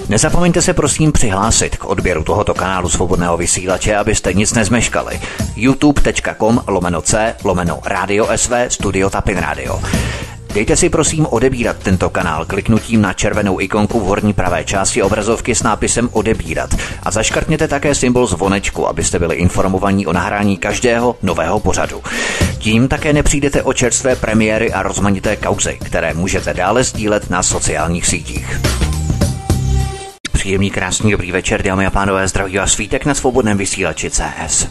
Nezapomeňte se prosím přihlásit k odběru tohoto kanálu Svobodného vysílače, abyste nic nezmeškali. youtube.com/c/Radio SV Studio Tapin Radio. Dejte si prosím odebírat tento kanál kliknutím na červenou ikonku v horní pravé části obrazovky s nápisem odebírat a zaškrtněte také symbol zvonečku, abyste byli informovaní o nahrání každého nového pořadu. Tím také nepřijdete o čerstvé premiéry a rozmanité kauzy, které můžete dále sdílet na sociálních sítích. Příjemný, krásný, dobrý večer, dámy a pánové, zdraví vás Svítek na Svobodném vysílači CS.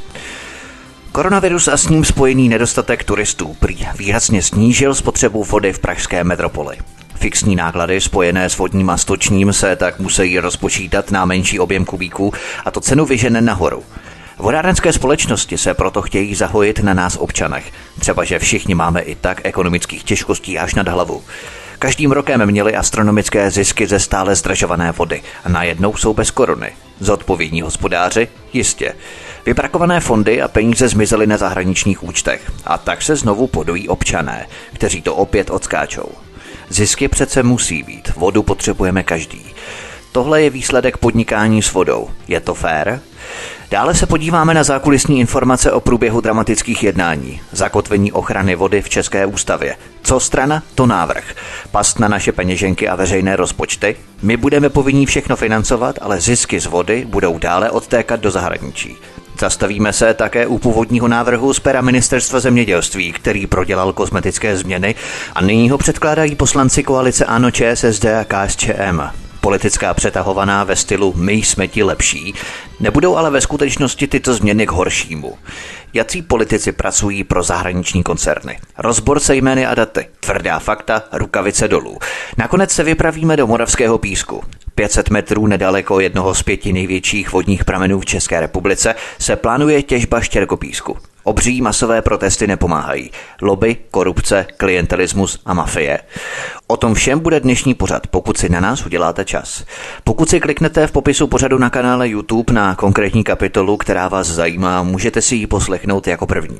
Koronavirus a s ním spojený nedostatek turistů prý výrazně snížil spotřebu vody v pražské metropoli. Fixní náklady spojené s vodním a stočním se tak musí rozpočítat na menší objem kubíků a to cenu vyžene nahoru. Vodárenské společnosti se proto chtějí zahojit na nás občanech, třeba že všichni máme i tak ekonomických těžkostí až nad hlavu. Každým rokem měli astronomické zisky ze stále zdražované vody a najednou jsou bez koruny. Zodpovědní hospodáři? Jistě. Vybrakované fondy a peníze zmizely na zahraničních účtech a tak se znovu podují občané, kteří to opět odskáčou. Zisky přece musí být, vodu potřebujeme každý. Tohle je výsledek podnikání s vodou. Je to fér? Dále se podíváme na zákulisní informace o průběhu dramatických jednání, zakotvení ochrany vody v České ústavě. Co strana, to návrh. Past na naše peněženky a veřejné rozpočty. My budeme povinní všechno financovat, ale zisky z vody budou dále odtékat do zahraničí. Zastavíme se také u původního návrhu z pera Ministerstva zemědělství, který prodělal kosmetické změny a nyní ho předkládají poslanci koalice ANO, ČSSD a KSČM. Politická přetahovaná ve stylu my jsme ti lepší, nebudou ale ve skutečnosti tyto změny k horšímu. Jací politici pracují pro zahraniční koncerny? Rozbor se jmény a daty, tvrdá fakta, rukavice dolů. Nakonec se vypravíme do Moravského Písku. 500 metrů nedaleko jednoho z 5 největších vodních pramenů v České republice se plánuje těžba štěrkopísku. Obří masové protesty nepomáhají. Lobby, korupce, klientelismus a mafie. O tom všem bude dnešní pořad, pokud si na nás uděláte čas. Pokud si kliknete v popisu pořadu na kanále YouTube na konkrétní kapitolu, která vás zajímá, můžete si ji poslechnout jako první.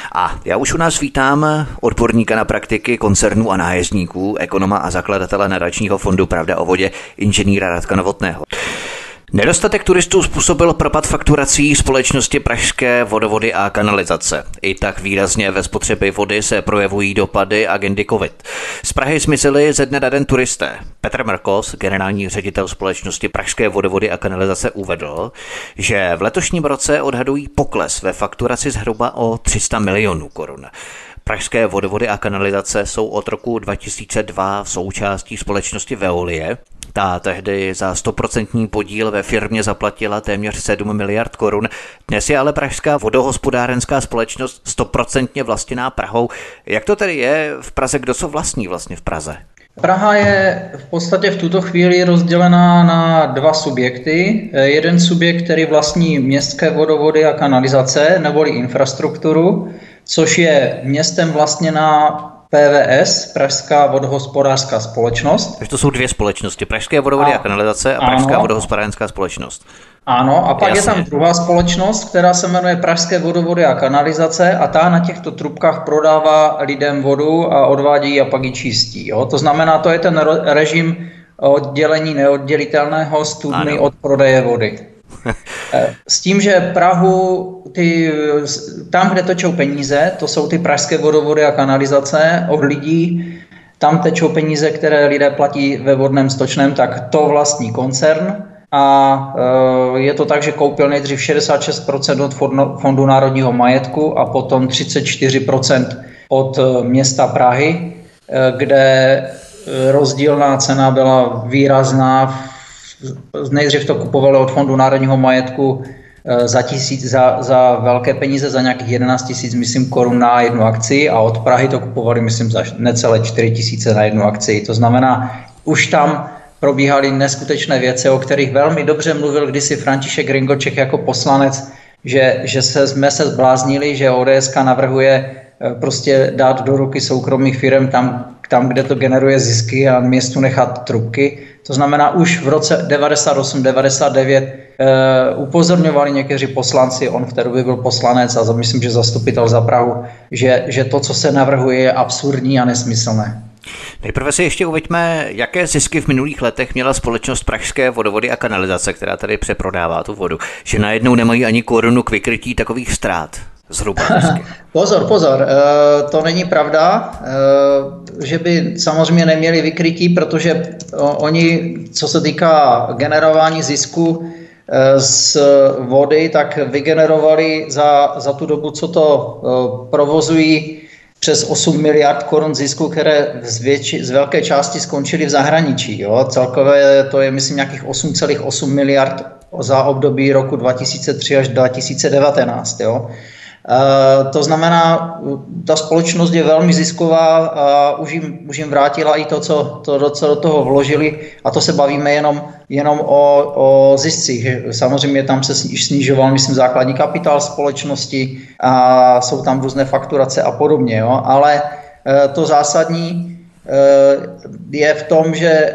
A já už u nás vítám odborníka na praktiky koncernů a nájezdníků, ekonoma a zakladatele nadačního fondu Pravda o vodě, inženýra Radka Novotného. Nedostatek turistů způsobil propad fakturací společnosti Pražské vodovody a kanalizace. I tak výrazně ve spotřebě vody se projevují dopady agendy COVID. Z Prahy zmizeli ze dne na den turisté. Petr Mrkos, generální ředitel společnosti Pražské vodovody a kanalizace, uvedl, že v letošním roce odhadují pokles ve fakturaci zhruba o 300 milionů korun. Pražské vodovody a kanalizace jsou od roku 2002 součástí společnosti Veolie. Ta tehdy za 100% podíl ve firmě zaplatila téměř 7 miliard korun. Dnes je ale Pražská vodohospodárenská společnost 100% vlastněná Prahou. Jak to tedy je v Praze? Kdo co vlastní vlastně v Praze? Praha je v podstatě v tuto chvíli rozdělená na dva subjekty. Jeden subjekt, který vlastní městské vodovody a kanalizace, neboli infrastrukturu, což je městem vlastněná PVS, Pražská vodohospodářská společnost. Takže to jsou dvě společnosti, Pražské vodovody a kanalizace a Pražská vodohospodářská společnost. Ano, a pak je tam druhá společnost, která se jmenuje Pražské vodovody a kanalizace a ta na těchto trubkách prodává lidem vodu a odvádí a pak ji čistí. Jo? To znamená, to je ten režim oddělení neoddělitelného studny od prodeje vody. S tím, že Prahu, tam, kde točou peníze, to jsou ty pražské vodovody a kanalizace od lidí, tam tečou peníze, které lidé platí ve vodném stočném, tak to vlastní koncern. A je to tak, že koupil nejdřív 66% od Fondu národního majetku a potom 34% od města Prahy, kde rozdílná cena byla výrazná. Nejdřív to kupovali od Fondu národního majetku za velké peníze, za nějakých 11 000, myslím, korun na jednu akci a od Prahy to kupovali, myslím, za necelé 4 000 na jednu akci. To znamená, už tam probíhaly neskutečné věci, o kterých velmi dobře mluvil kdysi František Ringoček jako poslanec, že jsme se zbláznili, že ODS navrhuje prostě dát do ruky soukromých firm tam, kde to generuje zisky a městu nechat trubky. To znamená, už v roce 98-99 upozorňovali někteří poslanci, on v té době byl poslanec a myslím, že zastupitel za Prahu, že to, co se navrhuje, je absurdní a nesmyslné. Nejprve si ještě uveďme, jaké zisky v minulých letech měla společnost Pražské vodovody a kanalizace, která tady přeprodává tu vodu, že najednou nemají ani korunu k vykrytí takových ztrát. Zhruba. Pozor, to není pravda, že by samozřejmě neměli vykrytí, protože oni, co se týká generování zisku z vody, tak vygenerovali za tu dobu, co to provozují, přes 8 miliard korun zisku, které z velké části skončily v zahraničí. Jo? Celkově to je, myslím, nějakých 8,8 miliard za období roku 2003 až 2019. Jo? To znamená, ta společnost je velmi zisková a už jim vrátila i to, co do toho vložili, a to se bavíme jenom o ziscích. Samozřejmě tam se snižoval, myslím, základní kapitál společnosti a jsou tam různé fakturace a podobně. Jo? Ale to zásadní je v tom, že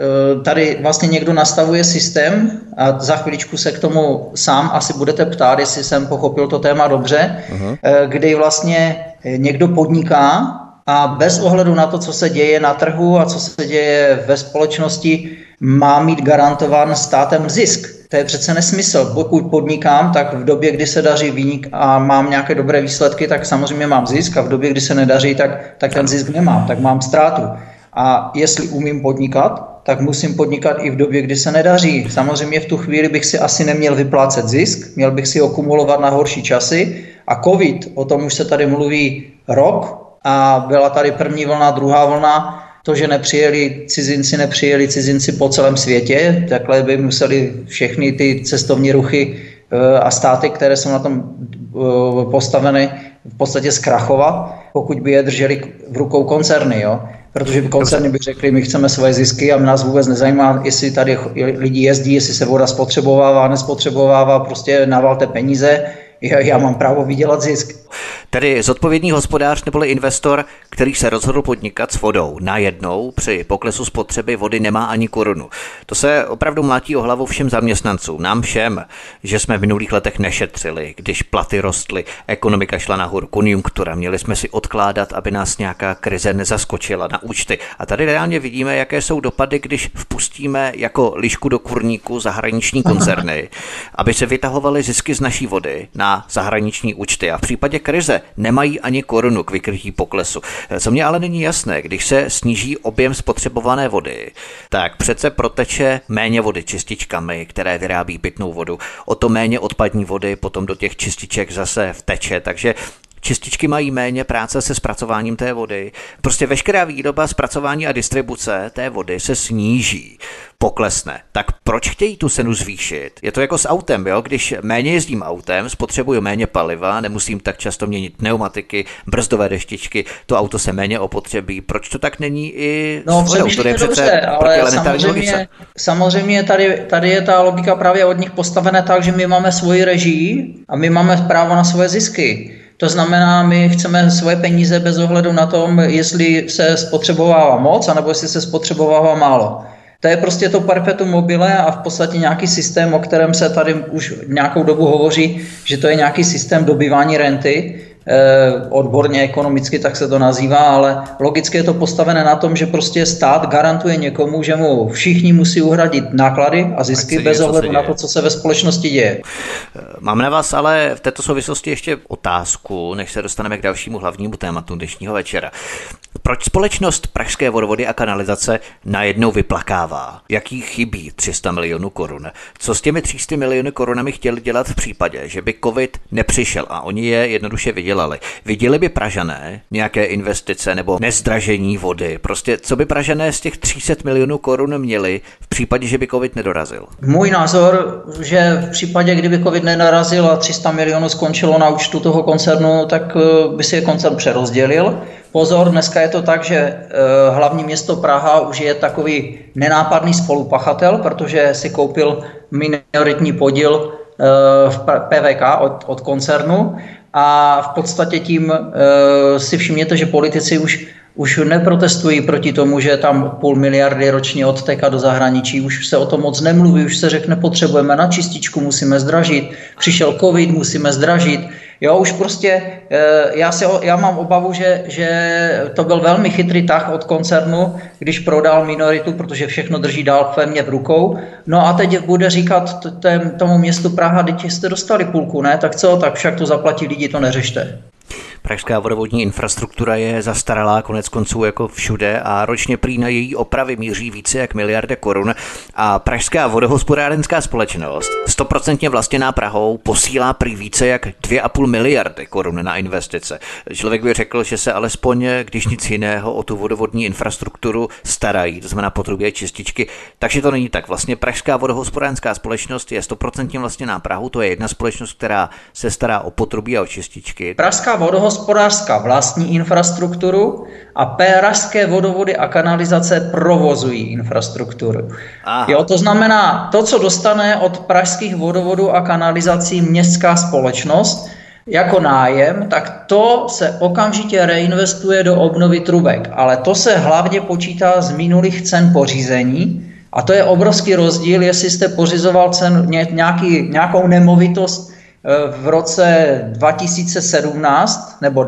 tady vlastně někdo nastavuje systém a za chviličku se k tomu sám asi budete ptát, jestli jsem pochopil to téma dobře, kdy vlastně někdo podniká a bez ohledu na to, co se děje na trhu a co se děje ve společnosti, má mít garantován státem zisk. To je přece nesmysl. Pokud podnikám, tak v době, kdy se daří výnik a mám nějaké dobré výsledky, tak samozřejmě mám zisk, a v době, kdy se nedaří, tak ten zisk nemám, tak mám ztrátu. A jestli umím podnikat, tak musím podnikat i v době, kdy se nedaří. Samozřejmě v tu chvíli bych si asi neměl vyplácet zisk, měl bych si ho kumulovat na horší časy. A covid, o tom už se tady mluví rok a byla tady první vlna, druhá vlna. To, že nepřijeli cizinci po celém světě, takhle by museli všechny ty cestovní ruchy a státy, které jsou na tom postaveny, v podstatě zkrachovat, pokud by je drželi v rukou koncerny. Jo? Protože koncerny by řekli, my chceme svoje zisky a nás vůbec nezajímá, jestli tady lidi jezdí, jestli se voda spotřebovává, nespotřebovává, prostě navalte peníze, já mám právo vydělat zisk. Tedy zodpovědný hospodář neboli investor, který se rozhodl podnikat s vodou, najednou při poklesu spotřeby vody nemá ani korunu. To se opravdu mlátí o hlavu všem zaměstnancům, nám všem, že jsme v minulých letech nešetřili, když platy rostly, ekonomika šla nahoru, konjunktura, měli jsme si odkládat, aby nás nějaká krize nezaskočila na účty. A tady reálně vidíme, jaké jsou dopady, když vpustíme jako lišku do kurníku zahraniční koncerny, aby se vytahovaly zisky z naší vody na zahraniční účty. A v případě krize nemají ani korunu k vykrytí poklesu. Co mě ale není jasné, když se sníží objem spotřebované vody, tak přece proteče méně vody čističkami, které vyrábí pitnou vodu, o to méně odpadní vody potom do těch čističek zase vteče, takže čističky mají méně práce se zpracováním té vody. Prostě veškerá výroba, zpracování a distribuce té vody se sníží, poklesne. Tak proč chtějí tu cenu zvýšit? Je to jako s autem, jo? Když méně jezdím autem, spotřebuju méně paliva, nemusím tak často měnit pneumatiky, brzdové deštičky, to auto se méně opotřebí. Proč to tak není i s vodou? To je přece protielementární logice. Samozřejmě tady je ta logika právě od nich postavená tak, že my máme svoji režii a my máme právo na svoje zisky. To znamená, my chceme svoje peníze bez ohledu na tom, jestli se spotřebovává moc, anebo jestli se spotřebovává málo. To je prostě to perpetuum mobile a v podstatě nějaký systém, o kterém se tady už nějakou dobu hovoří, že to je nějaký systém dobývání renty, odborně ekonomicky tak se to nazývá, ale logicky je to postavené na tom, že prostě stát garantuje někomu, že mu všichni musí uhradit náklady a zisky bez ohledu na to, co se ve společnosti děje. Mám na vás ale v této souvislosti ještě otázku, než se dostaneme k dalšímu hlavnímu tématu dnešního večera. Proč společnost Pražské vodovody a kanalizace najednou vyplakává? Jaký chybí 300 milionů korun? Co s těmi 300 miliony korunami chtěli dělat v případě, že by covid nepřišel a oni je jednoduše vydělali? Viděli by Pražané nějaké investice nebo nezdražení vody? Prostě co by Pražané z těch 300 milionů korun měli v případě, že by covid nedorazil? Můj názor, že v případě, kdyby covid nedorazil a 300 milionů skončilo na účtu toho koncernu, tak by si je koncern přerozdělil. Pozor, dneska je to tak, že hlavní město Praha už je takový nenápadný spolupachatel, protože si koupil minoritní podíl v PVK od koncernu a v podstatě tím si všimněte, že politici už neprotestují proti tomu, že tam 0,5 miliardy ročně odtéká do zahraničí, už se o tom moc nemluví, už se řekne, potřebujeme na čističku, musíme zdražit, přišel covid, musíme zdražit. Jo, už prostě, já mám obavu, že to byl velmi chytrý tah od koncernu, když prodal minoritu, protože všechno drží dál pevně v rukou. No a teď bude říkat tomu městu Praha, teď jste dostali půlku, ne? Tak co? Tak však to zaplatí lidi, to neřešte. Pražská vodovodní infrastruktura je zastaralá konec konců jako všude a ročně prý na její opravy míří více jak 1 miliarda korun a Pražská vodohospodárenská společnost 100% vlastněná Prahou posílá prý více jak 2,5 miliardy korun na investice. Člověk by řekl, že se alespoň, když nic jiného, o tu vodovodní infrastrukturu starají, to znamená potrubí a čističky, takže to není tak. Vlastně Pražská vodohospodářská společnost je 100% vlastněná Prahou, to je jedna společnost, která se stará o potrubí a o čističky. Pražská vodohospodářská vlastní infrastrukturu a pražské vodovody a kanalizace provozují infrastrukturu. Jo, to znamená, to, co dostane od pražských vodovodů a kanalizací městská společnost jako nájem, tak to se okamžitě reinvestuje do obnovy trubek. Ale to se hlavně počítá z minulých cen pořízení a to je obrovský rozdíl, jestli jste pořizoval nějakou nemovitost v roce 2017 nebo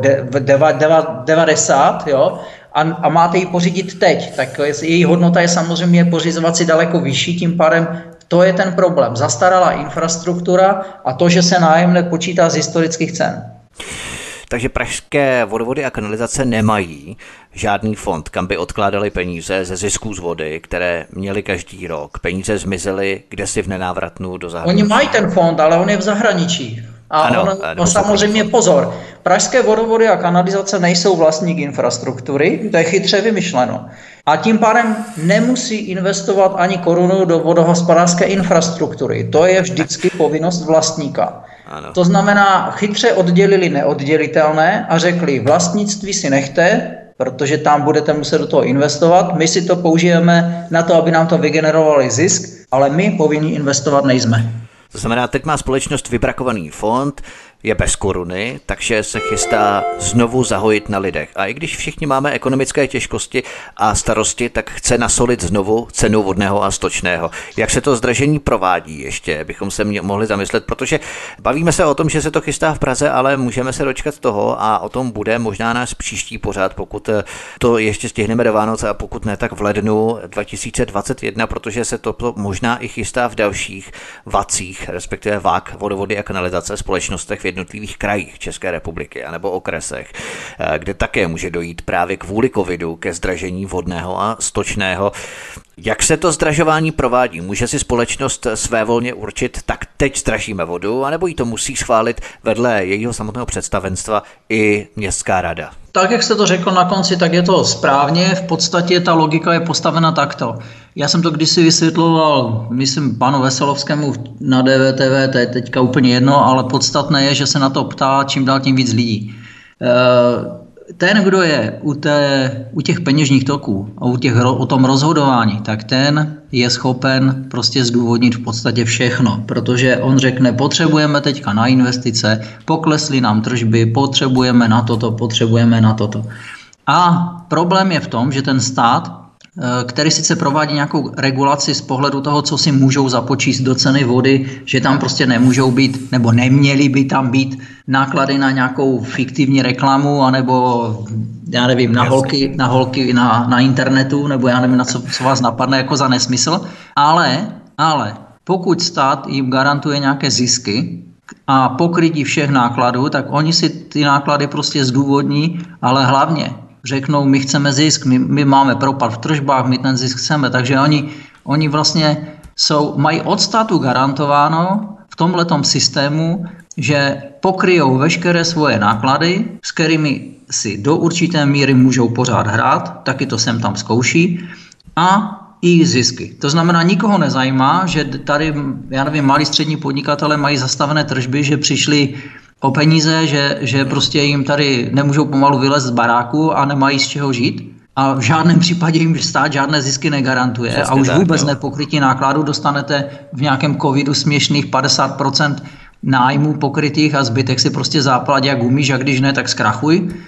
90, jo, a máte ji pořídit teď, tak její hodnota je samozřejmě pořizovat si daleko vyšší, tím pádem to je ten problém. Zastaralá infrastruktura a to, že se nájemné počítá z historických cen. Takže pražské vodovody a kanalizace nemají žádný fond, kam by odkládali peníze ze zisků z vody, které měli každý rok. Peníze zmizely kdesi v nenávratnu do zahraničí. Oni mají ten fond, ale on je v zahraničí. A samozřejmě pozor, pražské vodovody a kanalizace nejsou vlastník infrastruktury, to je chytře vymyšleno. A tím pádem nemusí investovat ani korunu do vodohospodářské infrastruktury. To je vždycky povinnost vlastníka. Ano. To znamená, chytře oddělili neoddělitelné a řekli, vlastnictví si nechte, protože tam budete muset do toho investovat. My si to použijeme na to, aby nám to vygenerovali zisk, ale my povinni investovat nejsme. To znamená, teď má společnost vybrakovaný fond, je bez koruny, takže se chystá znovu zahojit na lidech. A i když všichni máme ekonomické těžkosti a starosti, tak chce nasolit znovu cenu vodného a stočného. Jak se to zdražení provádí ještě, bychom se mohli zamyslet, protože bavíme se o tom, že se to chystá v Praze, ale můžeme se dočkat toho a o tom bude možná náš příští pořad, pokud to ještě stihneme do Vánoce a pokud ne, tak v lednu 2021, protože se to možná i chystá v dalších vacích, respektive VAK, vodovody a kanalizace, společnostech v jednotlivých krajích České republiky anebo okresech, kde také může dojít právě kvůli covidu ke zdražení vodného a stočného. Jak se to zdražování provádí? Může si společnost svévolně určit, tak teď zdražíme vodu, anebo jí to musí schválit vedle jejího samotného představenstva i městská rada? Tak, jak jste to řekl na konci, tak je to správně. V podstatě ta logika je postavena takto. Já jsem to kdysi vysvětloval, myslím, panu Veselovskému na DVTV, to je teďka úplně jedno, ale podstatné je, že se na to ptá čím dál tím víc lidí. Ten, kdo je u těch peněžních toků a o tom rozhodování, tak ten je schopen prostě zdůvodnit v podstatě všechno, protože on řekne, potřebujeme teďka na investice, poklesly nám tržby, potřebujeme na toto. A problém je v tom, že ten stát, který sice provádí nějakou regulaci z pohledu toho, co si můžou započíst do ceny vody, že tam prostě nemůžou být, nebo neměly by tam být náklady na nějakou fiktivní reklamu, anebo já nevím, na holky na internetu, nebo já nevím, na co vás napadne jako za nesmysl. Ale pokud stát jim garantuje nějaké zisky a pokrytí všech nákladů, tak oni si ty náklady prostě zdůvodní, ale hlavně řeknou, my chceme zisk, my máme propad v tržbách, my ten zisk chceme, takže oni vlastně mají od státu garantováno v tomhletom systému, že pokryjou veškeré svoje náklady, s kterými si do určité míry můžou pořád hrát, taky to sem tam zkouší, a i zisky. To znamená, nikoho nezajímá, že tady, já nevím, malí střední podnikatele mají zastavené tržby, že přišli o peníze, že prostě jim tady nemůžou pomalu vylézt z baráku a nemají z čeho žít. A v žádném případě jim stát žádné zisky negarantuje. Přesně a už tak, vůbec nepokrytí nákladů dostanete v nějakém covidu směšných 50% nájmů pokrytých a zbytek si prostě zaplatí jak umíš, a když ne, tak zkrachuj.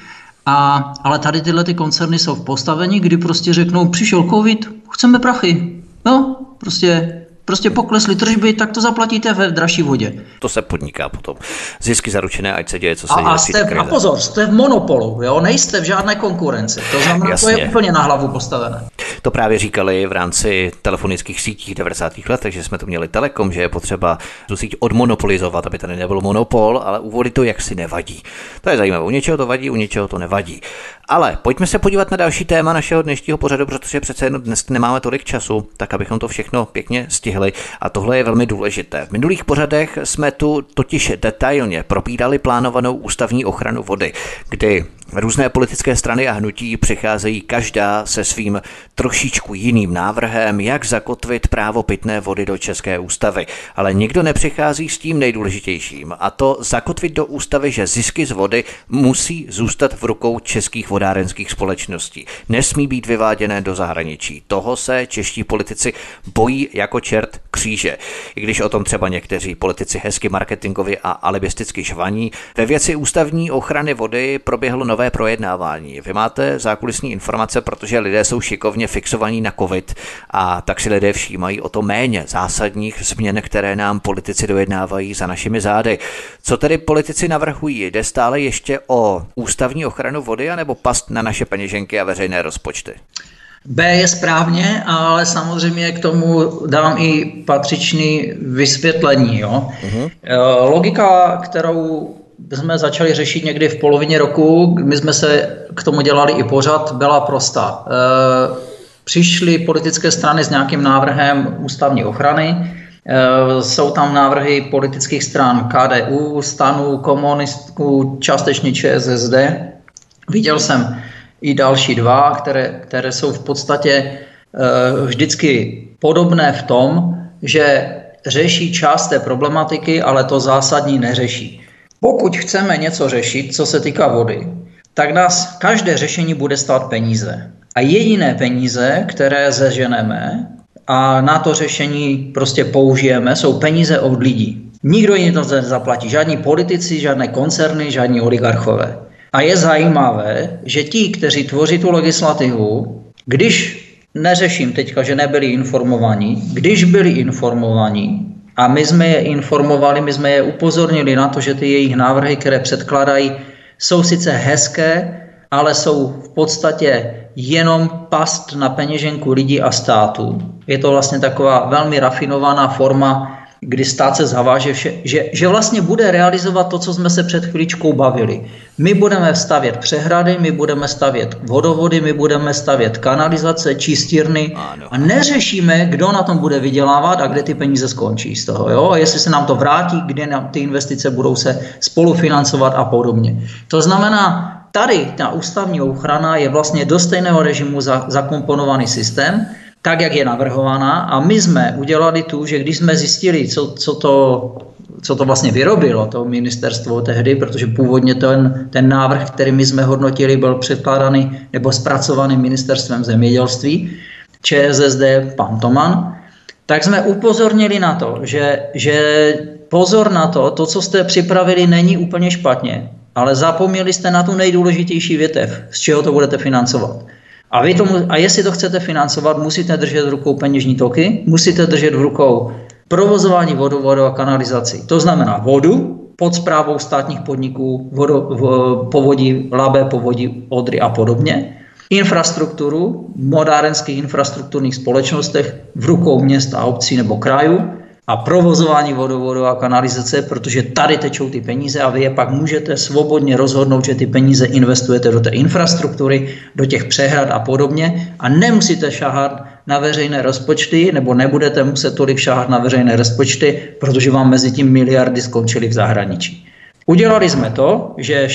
Ale tady tyhle ty koncerny jsou v postavení, kdy prostě řeknou, přišel covid, chceme prachy. No, prostě poklesly tržby, tak to zaplatíte ve dražší vodě. To se podniká potom. Zisky zaručené, ať se děje, co se děje. A pozor, jste v monopolu, jo? Nejste v žádné konkurenci. To znamená, jasně. To je úplně na hlavu postavené. To právě říkali v rámci telefonických sítí v 90. letech, že jsme tu měli Telekom, že je potřeba tu síť odmonopolizovat, aby tady nebyl monopol, ale úvody to jaksi nevadí. To je zajímavé. U něčeho to vadí, u něčeho to nevadí. Ale pojďme se podívat na další téma našeho dnešního pořadu, protože přece jen dnes nemáme tolik času, tak abychom to všechno pěkně stihli. A tohle je velmi důležité. V minulých pořadech jsme tu totiž detailně probírali plánovanou ústavní ochranu vody, kdy různé politické strany a hnutí přicházejí každá se svým trošičku jiným návrhem, jak zakotvit právo pitné vody do české ústavy. Ale nikdo nepřichází s tím nejdůležitějším, a to zakotvit do ústavy, že zisky z vody musí zůstat v rukou českých vodárenských společností. Nesmí být vyváděné do zahraničí. Toho se čeští politici bojí jako čert kříže. I když o tom třeba někteří politici hezky marketingově a alibisticky žvaní, ve věci ústavní ochrany vody proběhlo nové projednávání. Vy máte zákulisní informace, protože lidé jsou šikovně fixovaní na covid a tak si lidé všímají o to méně zásadních změn, které nám politici dojednávají za našimi zády. Co tedy politici navrhují? Jde stále ještě o ústavní ochranu vody anebo past na naše peněženky a veřejné rozpočty? B je správně, ale samozřejmě k tomu dám i patřičný vysvětlení. Jo? Logika, kterou jsme začali řešit někdy v polovině roku, my jsme se k tomu dělali i pořad, byla prostá. Přišly politické strany s nějakým návrhem ústavní ochrany, jsou tam návrhy politických stran KDU, STANu, komunistů, částečně ČSSD. Viděl jsem i další dva, které jsou v podstatě vždycky podobné v tom, že řeší část té problematiky, ale to zásadní neřeší. Pokud chceme něco řešit, co se týká vody, tak nás každé řešení bude stát peníze. A jediné peníze, které zeženeme a na to řešení prostě použijeme, jsou peníze od lidí. Nikdo jiný to nezaplatí. Žádní politici, žádné koncerny, žádní oligarchové. A je zajímavé, že ti, kteří tvoří tu legislativu, když neřeším teďka, že nebyli informovaní, když byli informovaní, a my jsme je informovali, my jsme je upozornili na to, že ty jejich návrhy, které předkládají, jsou sice hezké, ale jsou v podstatě jenom past na peněženku lidí a státu. Je to vlastně taková velmi rafinovaná forma, kdy stát se zaváže, že vlastně bude realizovat to, co jsme se před chvíličkou bavili. My budeme stavět přehrady, my budeme stavět vodovody, my budeme stavět kanalizace, čistírny a neřešíme, kdo na tom bude vydělávat a kde ty peníze skončí z toho. Jo? A jestli se nám to vrátí, kde nám ty investice budou se spolufinancovat a podobně. To znamená, tady ta ústavní ochrana je vlastně do stejného režimu zakomponovaný systém, tak, jak je navrhovaná, a my jsme udělali tu, že když jsme zjistili, co to vlastně vyrobilo, to ministerstvo tehdy, protože původně ten návrh, který my jsme hodnotili, byl předkládaný nebo zpracovaný ministerstvem zemědělství, ČSSD, pan Toman, tak jsme upozornili na to, že pozor na to, co jste připravili, není úplně špatně, ale zapomněli jste na tu nejdůležitější větev, z čeho to budete financovat. A jestli to chcete financovat, musíte držet v rukou peněžní toky, musíte držet v rukou provozování vodovodu a kanalizaci. To znamená vodu pod správou státních podniků, povodí, Labe, povodí, Odry a podobně. Infrastrukturu, modárenských infrastrukturních společnostech v rukou měst a obcí nebo krajů a provozování vodovodu a kanalizace, protože tady tečou ty peníze a vy je pak můžete svobodně rozhodnout, že ty peníze investujete do té infrastruktury, do těch přehrad a podobně a nemusíte šahat na veřejné rozpočty nebo nebudete muset tolik šahat na veřejné rozpočty, protože vám mezi tím miliardy skončily v zahraničí. Udělali jsme to, že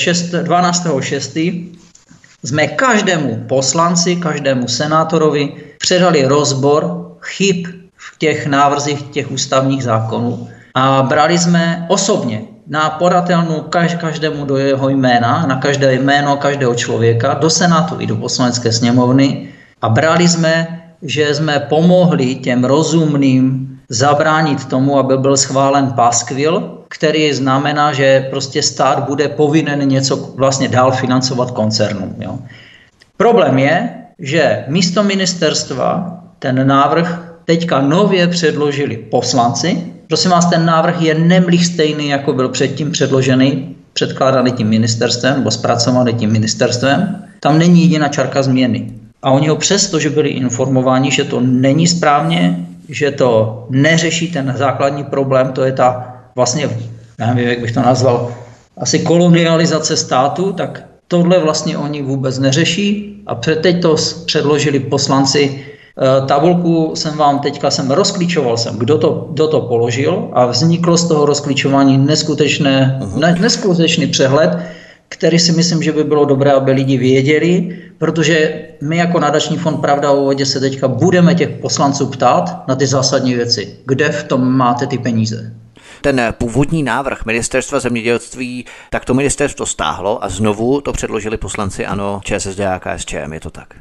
12.6. jsme každému poslanci, každému senátorovi předali rozbor chyb v těch návrzích těch ústavních zákonů a brali jsme osobně na podatelnu každému do jeho jména, na každé jméno každého člověka, do Senátu i do Poslanecké sněmovny a brali jsme že jsme pomohli těm rozumným zabránit tomu, aby byl schválen paskvil, který znamená, že prostě stát bude povinen něco vlastně dál financovat koncernům. Jo. Problém je, že místo ministerstva ten návrh teďka nově předložili poslanci. Prosím vás, ten návrh je nemlich stejný, jako byl předtím předkládaný tím ministerstvem nebo zpracovaný tím ministerstvem. Tam není jediná čárka změny. A oni ho přesto, že byli informováni, že to není správně, že to neřeší ten základní problém, to je ta vlastně, já nevím, jak bych to nazval, asi kolonializace státu, tak tohle vlastně oni vůbec neřeší a teď to předložili poslanci. Tabulku jsem rozklíčoval kdo to položil a vzniklo z toho rozklíčování neskutečný přehled, který si myslím, že by bylo dobré, aby lidi věděli, protože my jako nadační fond Pravda o vodě se teďka budeme těch poslanců ptát na ty zásadní věci. Kde v tom máte ty peníze? Ten původní návrh ministerstva zemědělství, tak to ministerstvo stáhlo a znovu to předložili poslanci ANO, ČSSD a KSČM, je to tak?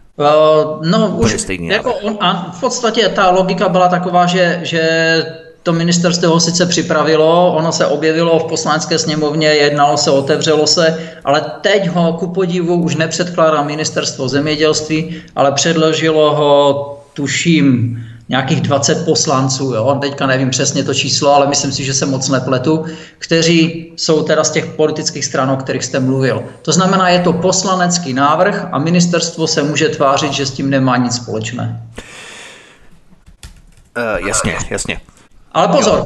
V podstatě ta logika byla taková, že to ministerstvo ho sice připravilo, ono se objevilo v Poslanecké sněmovně, jednalo se, otevřelo se, ale teď ho ku podivu už nepředkládá ministerstvo zemědělství, ale předložilo ho, tuším, nějakých 20 poslanců, jo? Teďka nevím přesně to číslo, ale myslím si, že se moc nepletu, kteří jsou teda z těch politických stran, o kterých jste mluvil. To znamená, je to poslanecký návrh a ministerstvo se může tvářit, že s tím nemá nic společné. Jasně. Ale pozor,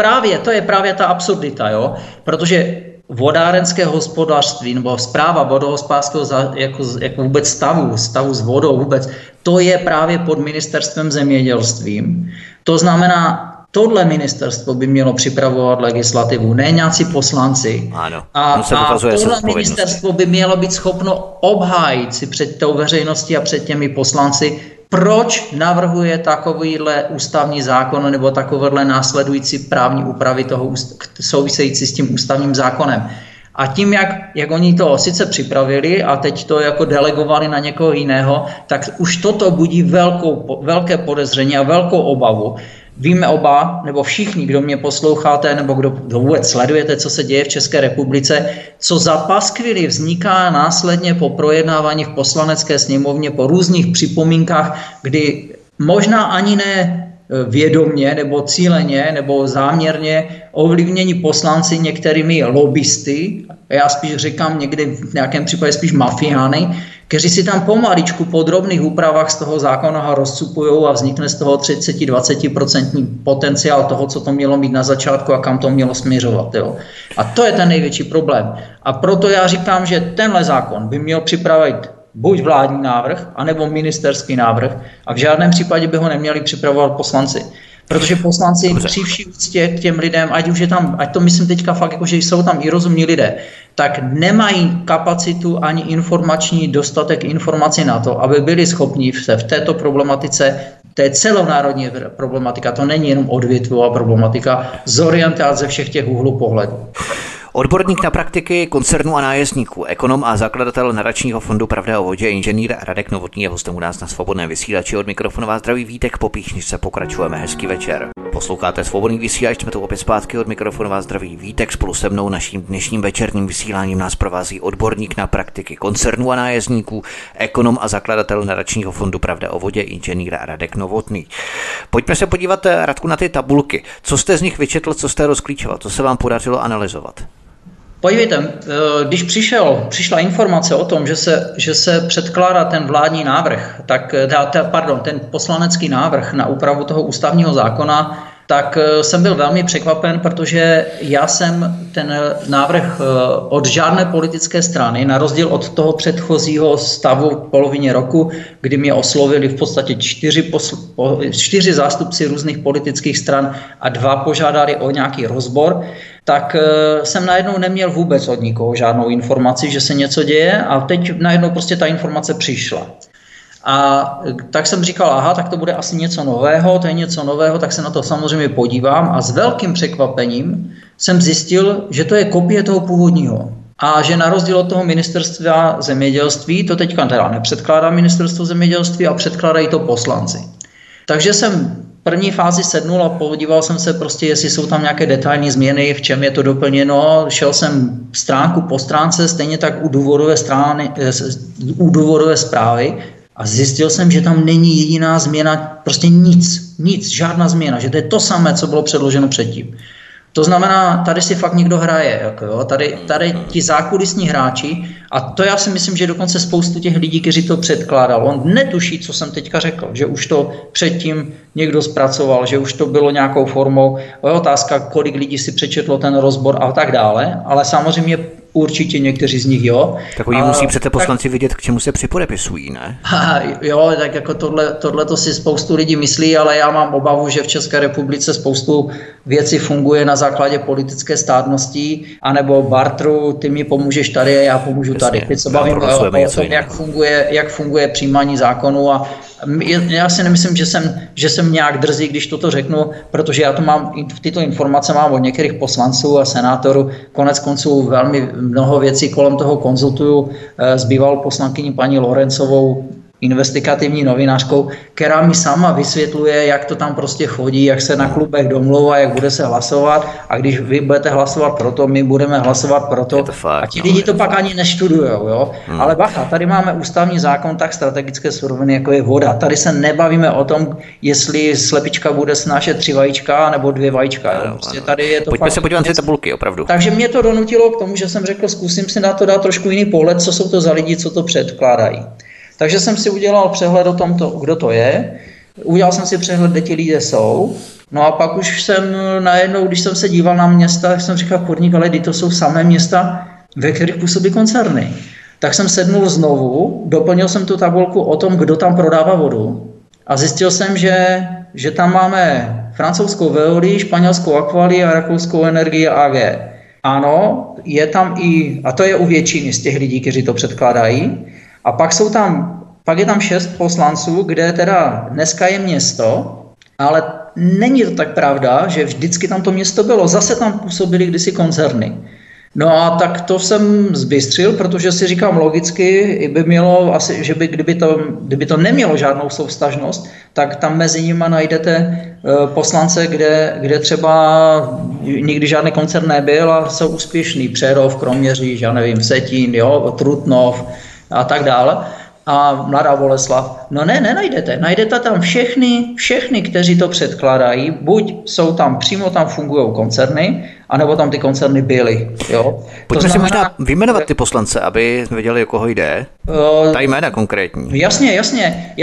to je právě ta absurdita, jo? Protože vodárenské hospodářství nebo správa vodohospodářského jako vůbec stavu s vodou vůbec, to je právě pod ministerstvem zemědělstvím. To znamená, tohle ministerstvo by mělo připravovat legislativu, ne nějací poslanci. Ano, a tohle ministerstvo by mělo být schopno obhájit si před tou veřejností a před těmi poslanci, proč navrhuje takovýhle ústavní zákon nebo takovéhle následující právní úpravy toho související s tím ústavním zákonem. A tím, jak oni to sice připravili a teď to jako delegovali na někoho jiného, tak už toto budí velké podezření a velkou obavu. Víme oba, nebo všichni, kdo mě posloucháte, nebo kdo vůbec sledujete, co se děje v České republice, co za paskvily vzniká následně po projednávání v Poslanecké sněmovně, po různých připomínkách, kdy možná ani ne vědomě, nebo cíleně, nebo záměrně ovlivnění poslanci některými lobbysty, já spíš říkám někdy v nějakém případě spíš mafiány, kteří si tam pomaličku po drobných úpravách z toho zákona rozcupujou a vznikne z toho 30-20% potenciál toho, co to mělo mít na začátku a kam to mělo směřovat. Jo. A to je ten největší problém. A proto já říkám, že tenhle zákon by měl připravit buď vládní návrh, anebo ministerský návrh a v žádném případě by ho neměli připravovat poslanci. Protože poslanci při vší úctě k těm lidem, ať už je tam, ať to myslím teďka fakt, jako, že jsou tam i rozumní lidé, tak nemají kapacitu ani informační dostatek informací na to, aby byli schopni se v této problematice, to je celonárodní problematika, to není jenom odvětvová problematika, zorientovat ze všech těch úhlů pohledu. Odborník na praktiky koncernů a nájezdníků, ekonom a zakladatel nadačního fondu Pravda o vodě, inženýr Radek Novotný je hostem u nás na Svobodném vysílači. Od mikrofonu vás zdraví Vítek, po píšničce pokračujeme. Hezký večer. Posloucháte Svobodný vysílač, jsme tu opět zpátky, od mikrofonu vás zdraví Vítek. Spolu se mnou naším dnešním večerním vysíláním nás provází odborník na praktiky koncernů a nájezdníků, ekonom a zakladatel nadačního fondu Pravda o vodě, inženýr Radek Novotný. Pojďme se podívat, Radku, na ty tabulky. Co jste z nich vyčetl, co jste rozklíčoval, co se vám podařilo analyzovat? Podívejte, když přišla informace o tom, že se předkládá ten vládní návrh, ten poslanecký návrh na úpravu toho ústavního zákona, tak jsem byl velmi překvapen, protože já jsem ten návrh od žádné politické strany, na rozdíl od toho předchozího stavu v polovině roku, kdy mě oslovili v podstatě 4 zástupci různých politických stran a 2 požádali o nějaký rozbor, tak jsem najednou neměl vůbec od nikoho žádnou informaci, že se něco děje a teď najednou prostě ta informace přišla. A tak jsem říkal, tak to bude asi něco nového, to je něco nového, tak se na to samozřejmě podívám a s velkým překvapením jsem zjistil, že to je kopie toho původního. a že na rozdíl od toho ministerstva zemědělství, to teďka teda nepředkládá ministerstvo zemědělství a předkládají to poslanci. Takže jsem první fázi sednul a podíval jsem se prostě, jestli jsou tam nějaké detailní změny, v čem je to doplněno. Šel jsem stránku po stránce, stejně tak u důvodové zprávy a zjistil jsem, že tam není jediná změna, prostě nic, žádná změna, že to je to samé, co bylo předloženo předtím. To znamená, tady si fakt někdo hraje, jako jo? Tady ti zákulisní hráči, a to já si myslím, že dokonce spoustu těch lidí, kteří to předkládal, on netuší, co jsem teďka řekl, že už to předtím někdo zpracoval, že už to bylo nějakou formou, je otázka, kolik lidí si přečetlo ten rozbor a tak dále, ale samozřejmě určitě někteří z nich, jo. Tak oni musí přece poslanci vidět, k čemu se připodepisují, ne? Jo, tak jako tohle to si spoustu lidí myslí, ale já mám obavu, že v České republice spoustu věcí funguje na základě politické státnosti, anebo bartru, ty mi pomůžeš tady a já pomůžu tady. Teď se bavím o tom, jak funguje přijímání zákonů a já si nemyslím, že jsem nějak drzý, když toto řeknu, protože já to mám, tyto informace mám od některých poslanců a senátorů, konec konců velmi mnoho věcí kolem toho konzultuju s bývalou poslankyní paní Lorencovou, investigativní novinářkou, která mi sama vysvětluje, jak to tam prostě chodí, jak se na klubech domlouvá, jak bude se hlasovat a když vy budete hlasovat proto, my budeme hlasovat proto a ti lidi to pak ani neštudujou, jo. Ale bacha, tady máme ústavní zákon tak strategické suroviny, jako je voda. Tady se nebavíme o tom, jestli slepička bude snášet 3 vajíčka nebo 2 vajíčka. Jo. Prostě tady je to Pojďme se podívat na ty tabulky, opravdu. Takže mě to donutilo k tomu, že jsem řekl, zkusím si na to dát trošku jiný pohled, co jsou to za lidi, co to předkládají. Takže jsem si udělal přehled o tom, kdo to je. Udělal jsem si přehled, kde ti lidé jsou. No a pak už jsem najednou, když jsem se díval na města, tak jsem říkal, kurník, ale to jsou samé města, ve kterých působí koncerny. Tak jsem sednul znovu, doplnil jsem tu tabulku o tom, kdo tam prodává vodu. A zjistil jsem, že tam máme francouzskou Veolia, španělskou Aquali a rakouskou Energie AG. Ano, je tam i, a to je u většiny z těch lidí, kteří to předkládají, a pak je tam 6 poslanců, kde teda dneska je město, ale není to tak pravda, že vždycky tam to město bylo. Zase tam působily kdysi koncerny. No a tak to jsem zbystřil, protože si říkám logicky, by mělo asi, že kdyby to nemělo žádnou souvztažnost, tak tam mezi nimi najdete poslance, kde třeba nikdy žádný koncern nebyl a jsou úspěšný. Přerov, Kroměříž, já nevím, Vsetín, jo, Trutnov a tak dále. A Mladá Boleslav. No ne, nenajdete. Najdete tam všechny, kteří to předkládají. Buď jsou tam, přímo tam fungují koncerny, anebo tam ty koncerny byly. Jo? Pojďme si možná vyjmenovat ty poslance, aby věděli, o koho jde. Ta jména konkrétní. Jasně.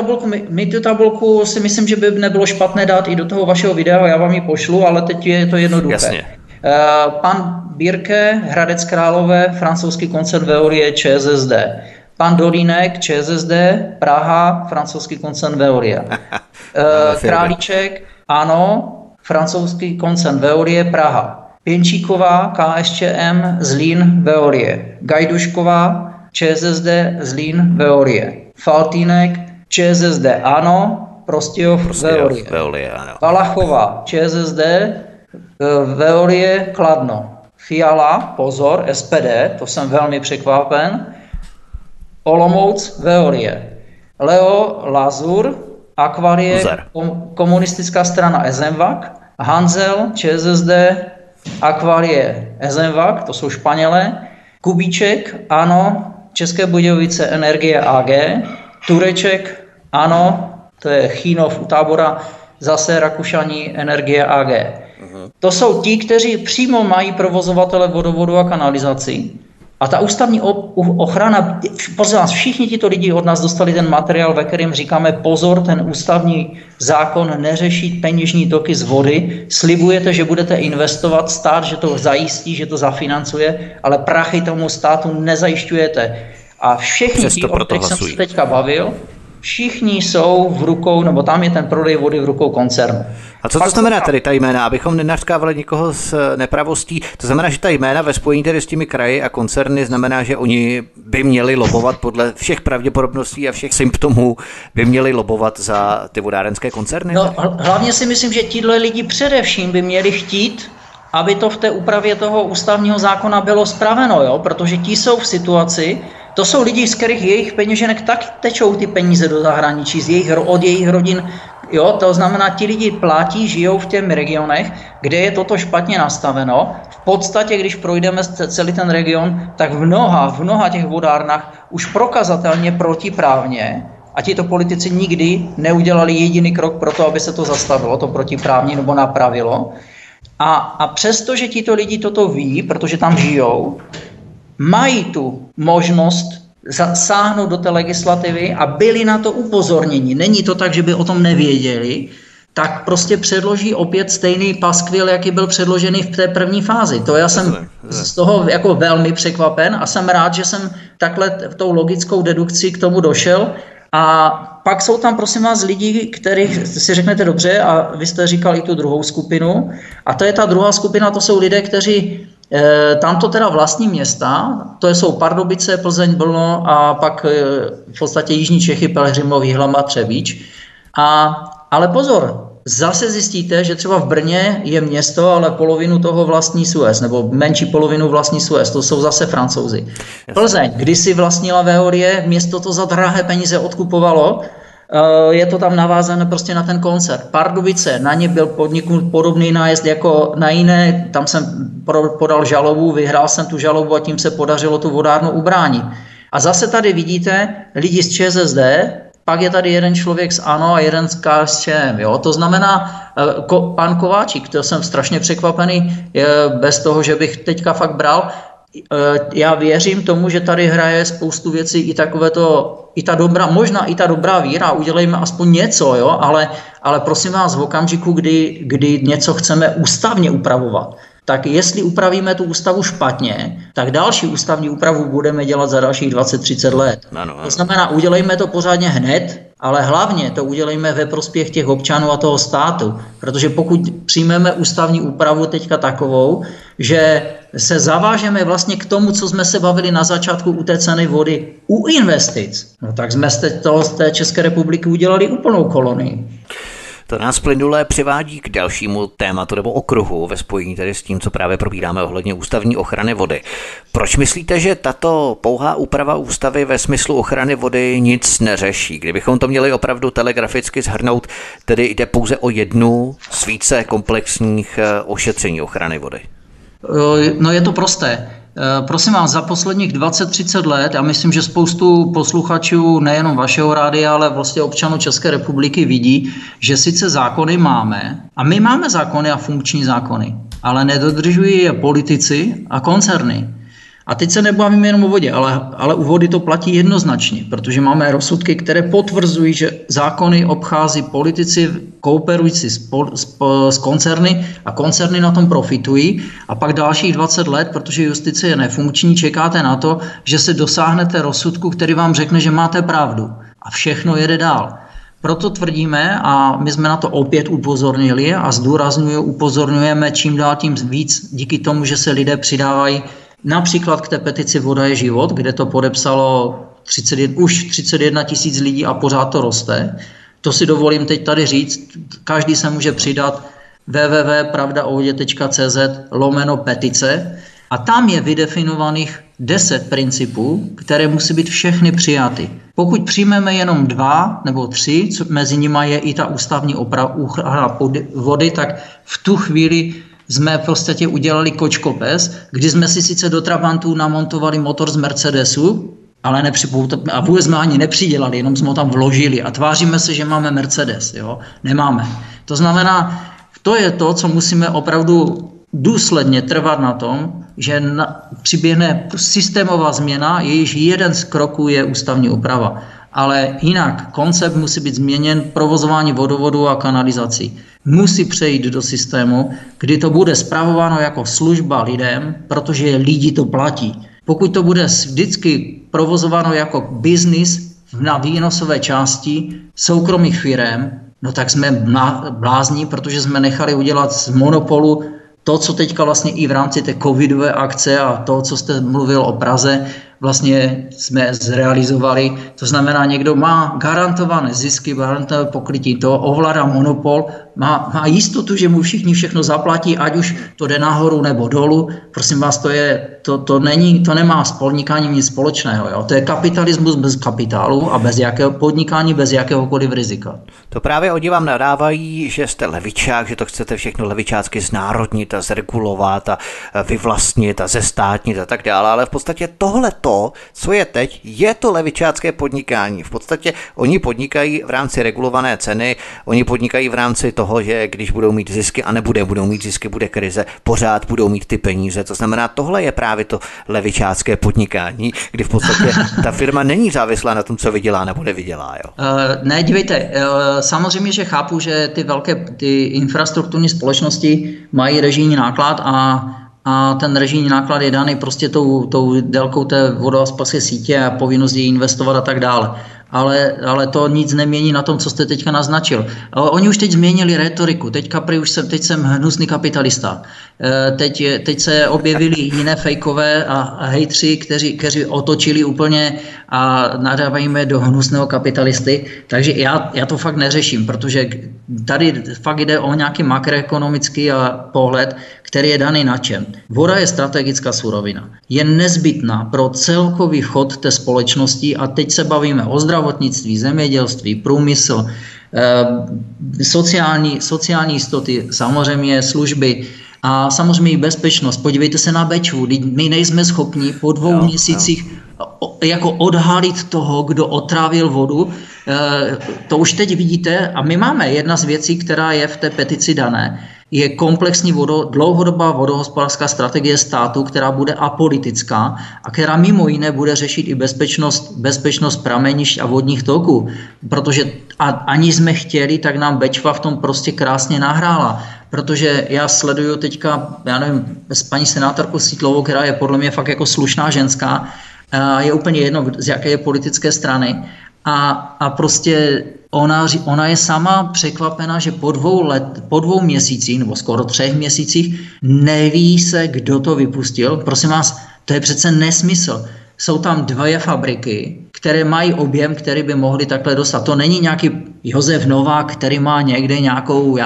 My tu tabulku si myslím, že by nebylo špatné dát i do toho vašeho videa, já vám ji pošlu, ale teď je to jednoduché. Jasně. Pan Birke, Hradec Králové, francouzský koncern Veolie, ČSSD. Pan Dolínek, ČSSD, Praha, francouzský koncern Veolia. Králíček, ano, francouzský koncern Veolie, Praha. Pěnčíková, KSČM, Zlín, Veolie. Gajdušková, ČSSD, Zlín, Veolie. Faltýnek, ČSSD, ano, Prostějov, Veolie. Palachová, ČSSD, Veolie, Kladno. Fiala, pozor, SPD, to jsem velmi překvapen. Olomouc, Veolie. Leo Lazur, Akvarie, komunistická strana Ezenvak. Hanzel, ČSSD, Akvarie, Ezenvak, to jsou Španělé. Kubíček, ano, České Budějovice, Energie AG. Tureček, ano, to je Chínov u Tábora, zase Rakušaní, Energie AG. To jsou ti, kteří přímo mají provozovatele vodovodu a kanalizací. A ta ústavní ochrana, pozor nás, všichni tito lidi od nás dostali ten materiál, ve kterém říkáme pozor, ten ústavní zákon neřeší peněžní toky z vody, slibujete, že budete investovat, stát, že to zajistí, že to zafinancuje, ale prachy tomu státu nezajišťujete. A všichni ti, o kterých jsem se teďka bavil, všichni jsou v rukou, nebo tam je ten prodej vody v rukou koncernu. A co to znamená tedy ta jména, abychom nenařkávali někoho s nepravostí? To znamená, že ta jména ve spojení tedy s těmi kraji a koncerny znamená, že oni by měli lobovat podle všech pravděpodobností a všech symptomů by měli lobovat za ty vodárenské koncerny? No, hlavně si myslím, že tíhle lidi především by měli chtít, aby to v té úpravě toho ústavního zákona bylo spraveno, jo? Protože ti jsou v situaci, to jsou lidi, z kterých jejich peněženek tak tečou ty peníze do zahraničí, od jejich rodin. Jo, to znamená, ti lidi platí, žijou v těch regionech, kde je toto špatně nastaveno. V podstatě, když projdeme celý ten region, tak v mnoha těch vodárnách už prokazatelně protiprávně, a tito politici nikdy neudělali jediný krok pro to, aby se to zastavilo, to protiprávně nebo napravilo. A přesto, že tito lidi toto ví, protože tam žijou, mají tu možnost sáhnout do té legislativy a byli na to upozorněni. Není to tak, že by o tom nevěděli, tak prostě předloží opět stejný paskvil, jaký byl předložený v té první fázi. To já jsem z toho jako velmi překvapen a jsem rád, že jsem takhle tou logickou dedukcí k tomu došel. A pak jsou tam, prosím vás, lidi, kterých si řeknete dobře, a vy jste říkali tu druhou skupinu, a to je ta druhá skupina, to jsou lidé, kteří tamto teda vlastní města, to jsou Pardubice, Plzeň, Brno a pak v podstatě Jižní Čechy, Pelhřimov, Jihlava, Třebíč. Ale pozor, zase zjistíte, že třeba v Brně je město, ale polovinu toho vlastní Suez, nebo menší polovinu vlastní Suez, to jsou zase Francouzi. Plzeň, kdysi vlastnila Veolie, město to za drahé peníze odkupovalo, je to tam navázané prostě na ten koncert. Pardubice, na ně byl podniknut podobný nájezd jako na jiné, tam jsem podal žalobu, vyhrál jsem tu žalobu a tím se podařilo tu vodárnu ubránit. A zase tady vidíte lidi z ČSSD, pak je tady jeden člověk z ANO a jeden z KSČM. Jo? To znamená, pan Kováčik, to jsem strašně překvapený, bez toho, že bych teďka fakt bral. Já věřím tomu, že tady hraje spoustu věcí i ta dobrá, možná i ta dobrá víra, udělejme aspoň něco, jo? Ale prosím vás, v okamžiku, kdy něco chceme ústavně upravovat, tak jestli upravíme tu ústavu špatně, tak další ústavní úpravu budeme dělat za dalších 20-30 let. Ano. To znamená, udělejme to pořádně hned, ale hlavně to udělejme ve prospěch těch občanů a toho státu. Protože pokud přijmeme ústavní úpravu teďka takovou, že se zavážeme vlastně k tomu, co jsme se bavili na začátku u té ceny vody, u investic, no tak jsme z té České republiky udělali úplnou kolonii. To nás plynule přivádí k dalšímu tématu nebo okruhu ve spojení tedy s tím, co právě probíráme ohledně ústavní ochrany vody. Proč myslíte, že tato pouhá úprava ústavy ve smyslu ochrany vody nic neřeší? Kdybychom to měli opravdu telegraficky shrnout, tedy jde pouze o jednu z více komplexních ošetření ochrany vody. No je to prosté. Prosím vás, za posledních 20-30 let, já myslím, že spoustu posluchačů nejenom vašeho rádia, ale vlastně občanů České republiky vidí, že sice zákony máme, a my máme zákony a funkční zákony, ale nedodržují je politici a koncerny. A teď se nebavíme jenom o vodě, ale u vody to platí jednoznačně, protože máme rozsudky, které potvrzují, že zákony obchází politici kooperující s koncerny a koncerny na tom profitují. A pak dalších 20 let, protože justice je nefunkční, čekáte na to, že se dosáhnete rozsudku, který vám řekne, že máte pravdu. A všechno jede dál. Proto tvrdíme, a my jsme na to opět upozornili a upozorňujeme čím dál tím víc díky tomu, že se lidé přidávají například k té petici Voda je život, kde to podepsalo už 31 000 lidí a pořád to roste. To si dovolím teď tady říct, každý se může přidat www.pravdaovodě.cz/petice a tam je vydefinovaných 10 principů, které musí být všechny přijaty. Pokud přijmeme jenom 2 nebo 3, mezi nimi je i ta ústavní ochrana vody, tak v tu chvíli jsme prostě udělali kočkopes, kdy jsme si sice do Trabantů namontovali motor z Mercedesu, ale a vůbec jsme ani nepřidělali, jenom jsme ho tam vložili a tváříme se, že máme Mercedes. Jo? Nemáme. To znamená, to je to, co musíme opravdu důsledně trvat na tom, že přiběhne systémová změna, jejíž jeden z kroků je ústavní úprava. Ale jinak koncept musí být změněn, provozování vodovodu a kanalizací. Musí přejít do systému, kdy to bude spravováno jako služba lidem, protože lidi to platí. Pokud to bude vždycky provozováno jako biznis na výnosové části soukromých firem, no tak jsme blázní, protože jsme nechali udělat z monopolu to, co teďka vlastně i v rámci té covidové akce a to, co jste mluvil o Praze, vlastně jsme zrealizovali. To znamená, někdo má garantované zisky, garantované pokrytí, to ovládá monopol, má jistotu, že mu všichni všechno zaplatí, ať už to jde nahoru nebo dolů. Prosím vás, to nemá s podnikáním nic společného. Jo? To je kapitalismus bez kapitálu a bez jakého podnikání, bez jakéhokoliv rizika. To právě oni vám nadávají, že jste levičák, že to chcete všechno levičácky znárodnit a zregulovat a vyvlastnit a zestátnit a tak dále, ale v podstatě tohleto, co je teď, je to levičácké podnikání. V podstatě oni podnikají v rámci regulované ceny, oni podnikají v rámci toho, že když budou mít zisky a budou mít zisky, bude krize, pořád budou mít ty peníze. To znamená, tohle je právě to levičácké podnikání, kdy v podstatě ta firma není závislá na tom, co vydělá nebo nevydělá. Jo? Ne, dívejte, samozřejmě, že chápu, že ty infrastrukturní společnosti mají režijní náklad a ten režijní náklad je daný prostě tou délkou té vodohospodářské sítě a povinnost je investovat a tak dále. Ale to nic nemění na tom, co jste teďka naznačil. Oni už teď změnili rétoriku. Teď jsem hnusný kapitalista. Teď se objevili jiné fejkové a hejtři, kteří otočili úplně a nadávají mě do hnusného kapitalisty. Takže já to fakt neřeším, protože tady fakt jde o nějaký makroekonomický pohled, který je daný na čem. Voda je strategická surovina. Je nezbytná pro celkový chod té společnosti a teď se bavíme o zdravotnictví, zemědělství, průmysl, sociální jistoty, samozřejmě služby a samozřejmě i bezpečnost. Podívejte se na Bečvu, my nejsme schopni po 2 měsících jako odhalit toho, kdo otrávil vodu. To už teď vidíte a my máme jedna z věcí, která je v té petici dané, je komplexní dlouhodobá vodohospodářská strategie státu, která bude apolitická a která mimo jiné bude řešit i bezpečnost pramenišť a vodních toků. Protože ani jsme chtěli, tak nám Bečva v tom prostě krásně nahrála. Protože já sleduju teďka, s paní senátorkou Sítlovou, která je podle mě fakt jako slušná ženská, je úplně jedno, z jaké je politické strany. A prostě ona je sama překvapena, že po 2 měsících nebo skoro 3 měsících neví se, kdo to vypustil. Prosím vás, to je přece nesmysl. Jsou tam 2 fabriky, které mají objem, který by mohli takhle dostat. To není nějaký Josef Novák, který má někde nějakou,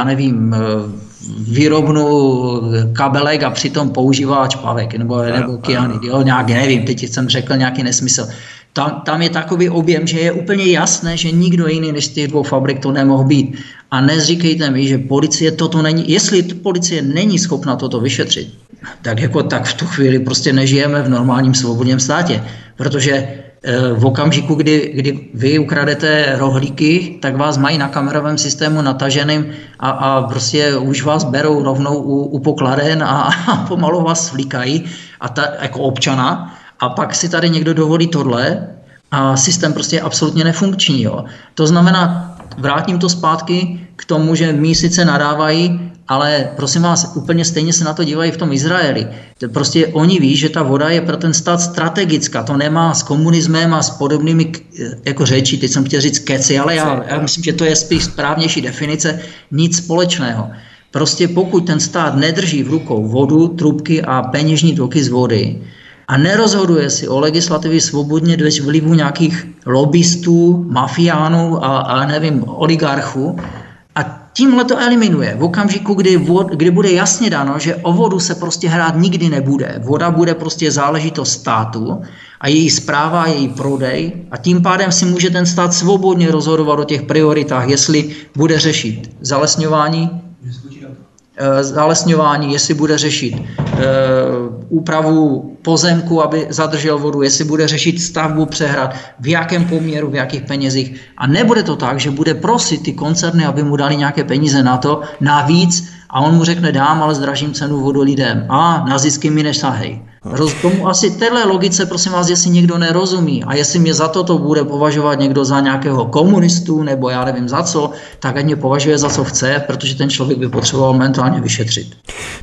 výrobnu kabelek a přitom používá čpavek nebo kyanid. Nějak nevím, teď jsem řekl nějaký nesmysl. Tam je takový objem, že je úplně jasné, že nikdo jiný než z těch 2 fabrik to nemohl být. A nezříkejte mi, že policie toto není, jestli policie není schopna toto vyšetřit, tak v tu chvíli prostě nežijeme v normálním svobodném státě. Protože v okamžiku, kdy vy ukradete rohlíky, tak vás mají na kamerovém systému nataženým a prostě už vás berou rovnou u pokladen a pomalu vás svlíkají jako občana. A pak si tady někdo dovolí tohle a systém prostě je absolutně nefunkční. Jo. To znamená, vrátím to zpátky k tomu, že my sice nadávají, ale prosím vás, úplně stejně se na to dívají v tom Izraeli. Prostě oni ví, že ta voda je pro ten stát strategická. To nemá s komunismem a s podobnými jako řeči, teď jsem chtěl říct keci, ale já myslím, že to je spíš správnější definice, nic společného. Prostě pokud ten stát nedrží v rukou vodu, trubky a peněžní toky z vody, a nerozhoduje si o legislativě svobodně bez vlivu nějakých lobbystů, mafiánů a oligarchů. A tímhle to eliminuje. V okamžiku, kdy bude jasně dáno, že o vodu se prostě hrát nikdy nebude. Voda bude prostě záležitost státu a její správa, její prodej. A tím pádem si může ten stát svobodně rozhodovat o těch prioritách, jestli bude řešit zalesňování, jestli bude řešit úpravu pozemku, aby zadržel vodu, jestli bude řešit stavbu přehrad, v jakém poměru, v jakých penězích. A nebude to tak, že bude prosit ty koncerny, aby mu dali nějaké peníze na to, navíc, a on mu řekne, dám, ale zdražím cenu vodu lidem. A na zisky mi nesahej. Tomu asi téhle logice, prosím vás, jestli někdo nerozumí a jestli mě za to bude považovat někdo za nějakého komunistu nebo já nevím za co, tak ať mě považuje za co chce, protože ten člověk by potřeboval mentálně vyšetřit.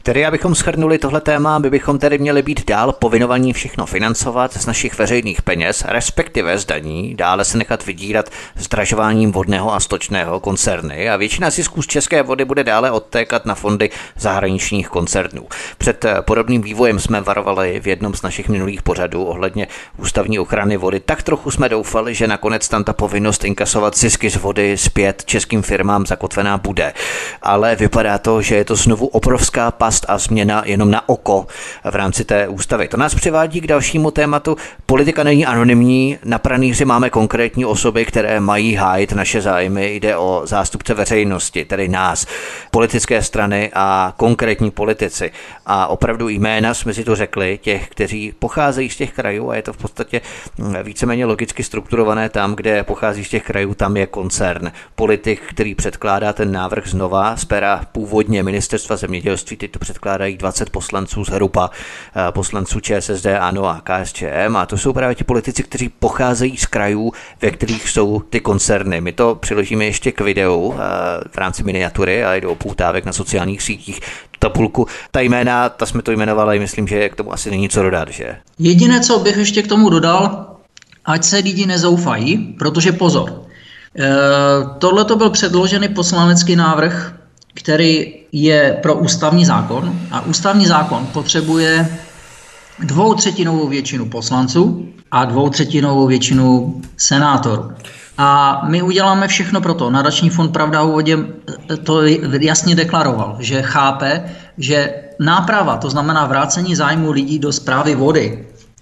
Tedy abychom shrnuli tohle téma, my bychom tedy měli být dál povinovaní všechno financovat z našich veřejných peněz, respektive z daní, dále se nechat vydírat zdražováním vodného a stočného koncerny a většina zisků z České vody bude dále odtékat na fondy zahraničních koncernů. Před podobným vývojem jsme varovali v jednom z našich minulých pořadů ohledně ústavní ochrany vody. Tak trochu jsme doufali, že nakonec tam ta povinnost inkasovat zisky z vody zpět českým firmám zakotvená bude. Ale vypadá to, že je to znovu obrovská past a změna jenom na oko v rámci té ústavy. To nás přivádí k dalšímu tématu. Politika není anonymní, na pranýři máme konkrétní osoby, které mají hájit naše zájmy. Jde o zástupce veřejnosti, tedy nás, politické strany a konkrétní politici. A opravdu jména jsme si to řekli, těch, kteří pocházejí z těch krajů a je to v podstatě víceméně logicky strukturované tam, kde pochází z těch krajů, tam je koncern. Politik, který předkládá ten návrh znova z pera původně ministerstva zemědělství, teď to předkládají 20 poslanců zhruba, poslanců ČSSD, ANO a KSČM a to jsou právě ti politici, kteří pocházejí z krajů, ve kterých jsou ty koncerny. My to přiložíme ještě k videu v rámci miniatury a do poutávek na sociálních sítích. Tabulku. Ta jména, ta jsme to jmenovali, myslím, že k tomu asi není co dodat, že? Jediné, co bych ještě k tomu dodal, ať se lidi nezoufají, protože pozor. Tohle to byl předložený poslanecký návrh, který je pro ústavní zákon a ústavní zákon potřebuje 2/3 většinu poslanců a 2/3 většinu senátorů. A my uděláme všechno pro to. Nadační fond Pravda o vodě to jasně deklaroval, že chápe, že náprava, to znamená vrácení zájmu lidí do správy vody,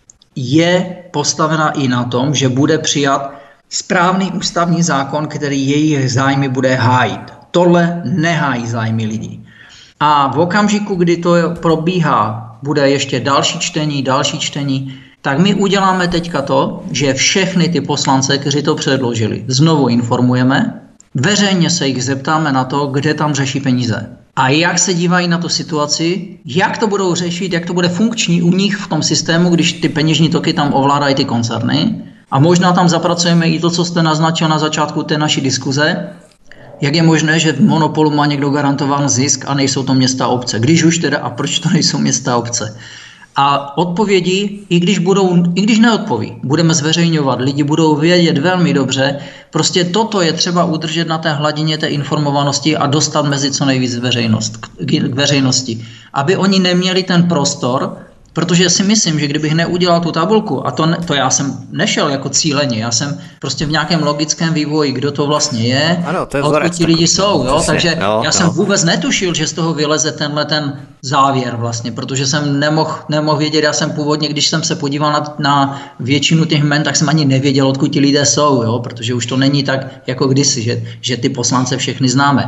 je postavena i na tom, že bude přijat správný ústavní zákon, který jejich zájmy bude hájit. Tohle nehájí zájmy lidí. A v okamžiku, kdy to probíhá, bude ještě další čtení, tak my uděláme teďka to, že všechny ty poslance, kteří to předložili, znovu informujeme, veřejně se jich zeptáme na to, kde tam řeší peníze. A jak se dívají na tu situaci, jak to budou řešit, jak to bude funkční u nich v tom systému, když ty peněžní toky tam ovládají ty koncerny. A možná tam zapracujeme i to, co jste naznačil na začátku té naší diskuze, jak je možné, že v monopolu má někdo garantován zisk a nejsou to města a obce. Když už teda, a proč to nejsou města a obce? A odpovědi, i když neodpoví, budeme zveřejňovat, lidi budou vědět velmi dobře, prostě toto je třeba udržet na té hladině té informovanosti a dostat mezi co nejvíc k veřejnosti. Aby oni neměli ten prostor, protože si myslím, že kdybych neudělal tu tabulku, a to já jsem nešel jako cíleně, já jsem prostě v nějakém logickém vývoji, kdo to vlastně je, ano, to je odkud ti lidi jsou, jo? Přesně, takže já jsem vůbec netušil, že z toho vyleze ten závěr vlastně, protože jsem nemohl vědět, já jsem původně, když jsem se podíval na většinu těch jmen, tak jsem ani nevěděl, odkud ti lidé jsou, jo? Protože už to není tak jako kdysi, že ty poslance všechny známe.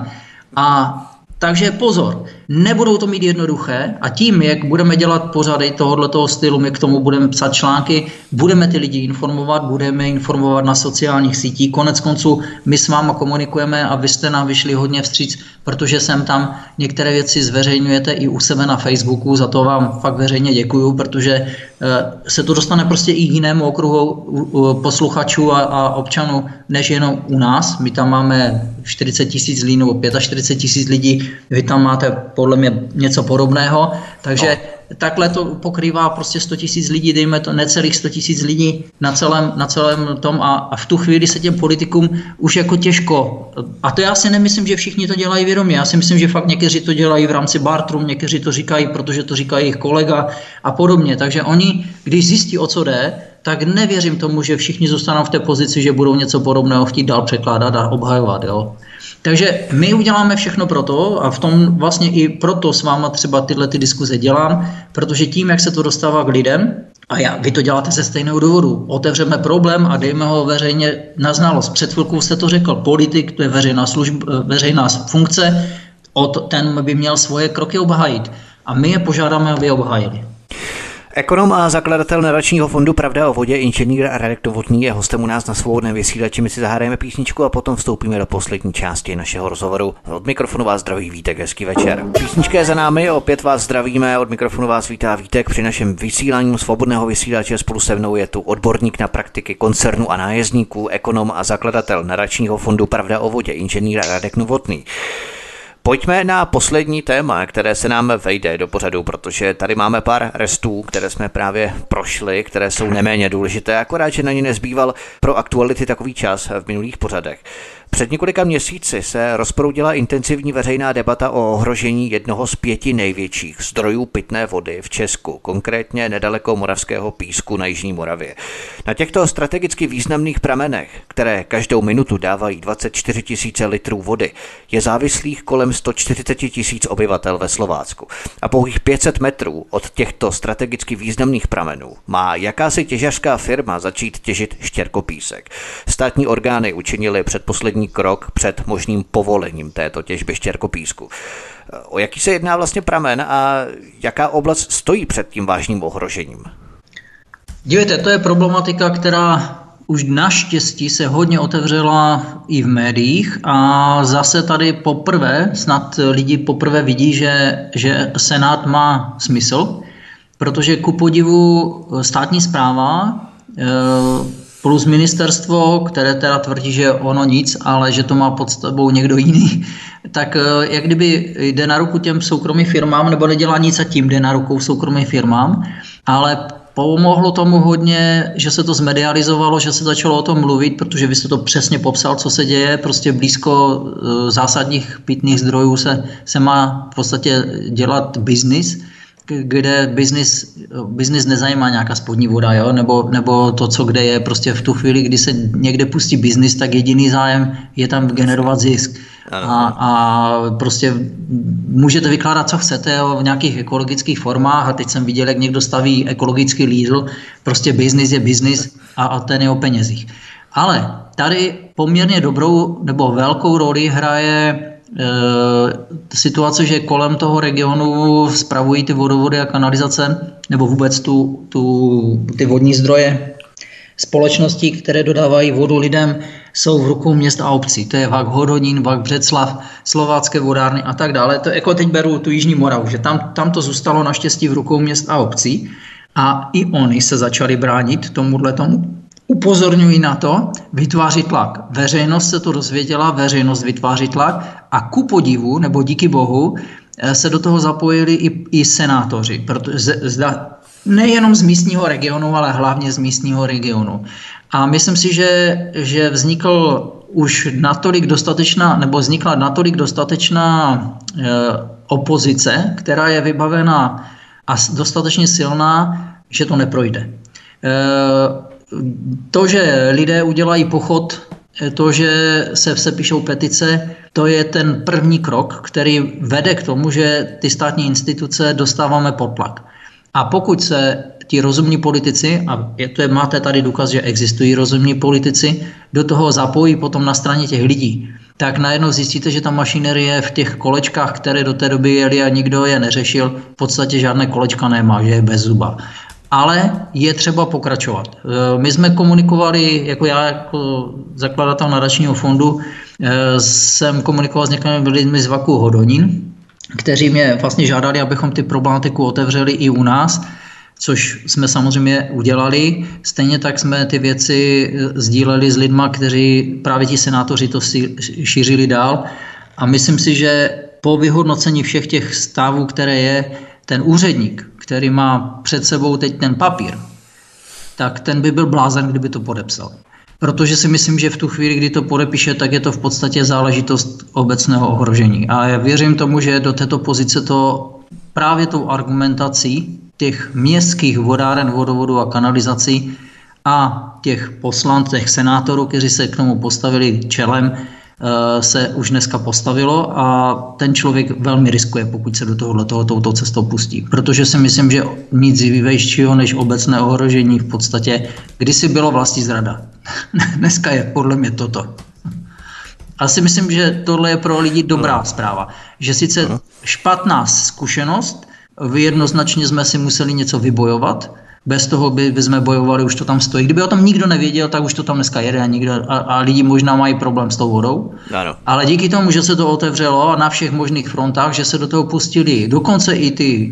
Takže pozor, nebudou to mít jednoduché a tím, jak budeme dělat pořady tohoto stylu, my k tomu budeme psat články, budeme ty lidi informovat, budeme informovat na sociálních sítích. Konec konců my s váma komunikujeme a vy jste nám vyšli hodně vstříc, protože sem tam některé věci zveřejňujete i u sebe na Facebooku, za to vám fakt veřejně děkuju, protože se to dostane prostě i jinému okruhu posluchačů a občanů, než jenom u nás. My tam máme 40 000 lidí nebo 45 000 lidí, vy tam máte podle mě něco podobného, takže takhle to pokrývá prostě 100 000 lidí, dejme to necelých 100 000 lidí na celém tom a v tu chvíli se těm politikům už jako těžko, a to já si nemyslím, že všichni to dělají vědomě, já si myslím, že fakt někteří to dělají v rámci bartru, někteří to říkají, protože to říkají jejich kolega a podobně, takže oni, když zjistí, o co jde, tak nevěřím tomu, že všichni zůstanou v té pozici, že budou něco podobného chtít dál překládat a obhajovat, jo. Takže my uděláme všechno pro to a v tom vlastně i proto s váma třeba tyhle ty diskuze dělám, protože tím, jak se to dostává k lidem, a vy to děláte ze stejného důvodu, otevřeme problém a dejme ho veřejně na znalost. Před chvilkou jste to řekl, politik, to je veřejná funkce, ten by měl svoje kroky obhájit a my je požádáme, aby je obhájili. Ekonom a zakladatel nadačního fondu Pravda o vodě, inženýr Radek Novotný, je hostem u nás na Svobodném vysílači. My si zahrajeme písničku a potom vstoupíme do poslední části našeho rozhovoru. Od mikrofonu vás zdraví Vítek, hezký večer. Písnička je za námi, opět vás zdravíme, od mikrofonu vás vítá Vítek při našem vysílání Svobodného vysílače. Spolu se mnou je tu odborník na praktiky koncernů a nájezdníků, ekonom a zakladatel nadačního fondu Pravda o vodě, inženýr Radek Novotný. Pojďme na poslední téma, které se nám vejde do pořadu, protože tady máme pár restů, které jsme právě prošli, které jsou neméně důležité, akorát, že na ně nezbýval pro aktuality takový čas v minulých pořadech. Před několika měsíci se rozproudila intenzivní veřejná debata o ohrožení jednoho z 5 největších zdrojů pitné vody v Česku, konkrétně nedaleko Moravského Písku na jižní Moravě. Na těchto strategicky významných pramenech, které každou minutu dávají 24 000 litrů vody, je závislých kolem 140 000 obyvatel ve Slovácku. A pouhých 500 metrů od těchto strategicky významných pramenů má jakási těžařská firma začít těžit štěrkopísek. Státní orgány učinily předposlední krok před možným povolením této těžby štěrkopísku. O jaký se jedná vlastně pramen a jaká oblast stojí před tím vážným ohrožením? Dívejte, to je problematika, která už naštěstí se hodně otevřela i v médiích a zase tady poprvé, snad lidi poprvé vidí, že Senát má smysl, protože ku podivu státní správa plus ministerstvo, které teda tvrdí, že ono nic, ale že to má pod sebou někdo jiný, tak jak kdyby jde na ruku těm soukromým firmám, nebo nedělá nic a tím jde na ruku soukromým firmám, ale pomohlo tomu hodně, že se to zmedializovalo, že se začalo o tom mluvit, protože vy jste to přesně popsal, co se děje, prostě blízko zásadních pitných zdrojů se má v podstatě dělat biznis, kde biznis nezajímá nějaká spodní voda, jo? Nebo to, co kde je, prostě v tu chvíli, kdy se někde pustí biznis, tak jediný zájem je tam generovat zisk. A prostě můžete vykládat, co chcete v nějakých ekologických formách a teď jsem viděl, jak někdo staví ekologický Lidl, prostě biznis je biznis a ten je o penězích. Ale tady poměrně dobrou nebo velkou roli hraje situace, že kolem toho regionu spravují ty vodovody a kanalizace nebo vůbec ty vodní zdroje společností, které dodávají vodu lidem, jsou v rukou měst a obcí. To je Vak Hodonín, Vak Břeclav, Slovácké vodárny a tak dále. To jako teď beru tu jižní Moravu, že tam to zůstalo naštěstí v rukou měst a obcí a i oni se začali bránit tomu. Upozorňují na to, vytváří tlak. Veřejnost se to dozvěděla, veřejnost vytváří tlak a ku podivu, nebo díky bohu, se do toho zapojili i senátoři. Nejenom z místního regionu, ale hlavně z místního regionu. A myslím si, že vznikla natolik dostatečná opozice, která je vybavená a dostatečně silná, že to neprojde. To, že lidé udělají pochod, to, že se sepíšou petice, to je ten první krok, který vede k tomu, že ty státní instituce dostáváme pod tlak. A pokud se ti rozumní politici, a máte tady důkaz, že existují rozumní politici, do toho zapojí potom na straně těch lidí, tak najednou zjistíte, že ta mašinerie v těch kolečkách, které do té doby jeli a nikdo je neřešil, v podstatě žádné kolečka nemá, že je bez zuba. Ale je třeba pokračovat. My jsme komunikovali, jako zakladatel nadačního fondu, jsem komunikoval s některými lidmi z Vaku Hodonín, kteří mě vlastně žádali, abychom ty problematiku otevřeli i u nás, což jsme samozřejmě udělali. Stejně tak jsme ty věci sdíleli s lidma, kteří právě ti senátoři to šířili dál. A myslím si, že po vyhodnocení všech těch stavů, které je, ten úředník, který má před sebou teď ten papír, tak ten by byl blázen, kdyby to podepsal. Protože si myslím, že v tu chvíli, kdy to podepíše, tak je to v podstatě záležitost obecného ohrožení. A já věřím tomu, že do této pozice to právě tou argumentací těch městských vodáren, vodovodů a kanalizací a těch těch senátorů, kteří se k tomu postavili čelem, se už dneska postavilo a ten člověk velmi riskuje, pokud se do tohoto touto cestou pustí. Protože si myslím, že nic vývejšího než obecné ohrožení v podstatě kdysi bylo vlastizrada. Dneska je podle mě toto. A si myslím, že tohle je pro lidi dobrá zpráva. Že sice špatná zkušenost, jednoznačně jsme si museli něco vybojovat, bez toho bychom bojovali, už to tam stojí. Kdyby o tom nikdo nevěděl, tak už to tam dneska jede a lidi možná mají problém s tou vodou. Ano. Ale díky tomu, že se to otevřelo a na všech možných frontách, že se do toho pustili dokonce i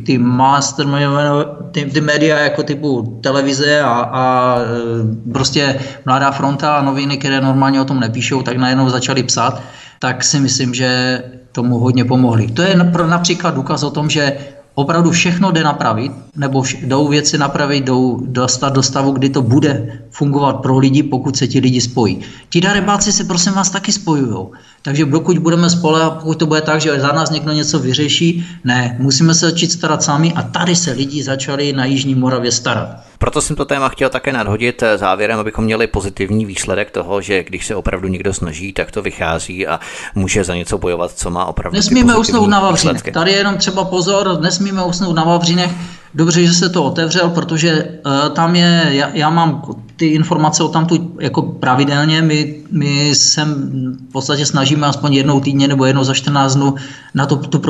ty média jako typu televize a prostě Mladá fronta a noviny, které normálně o tom nepíšou, tak najednou začali psát, tak si myslím, že tomu hodně pomohly. To je například důkaz o tom, že opravdu všechno jde napravit, nebo jdou věci napravit, jdou dostat do stavu, kdy to bude fungovat pro lidi, pokud se ti lidi spojí. Ti darebáci se prosím vás taky spojujou. Takže dokud budeme spoléhat, pokud to bude tak, že za nás někdo něco vyřeší, ne, musíme se začít starat sami a tady se lidi začali na Jižní Moravě starat. Proto jsem to téma chtěl také nadhodit závěrem, abychom měli pozitivní výsledek toho, že když se opravdu někdo snaží, tak to vychází a může za něco bojovat, co má opravdu. Nesmíme usnout na Vavřínech. Tady je jenom třeba pozor, nesmíme usnout na Vavřínech. Dobře, že se to otevřel, protože tam je, já mám ty informace o tamtu jako pravidelně, my se v podstatě snažíme aspoň jednou týdně nebo jednou za 14 dnů na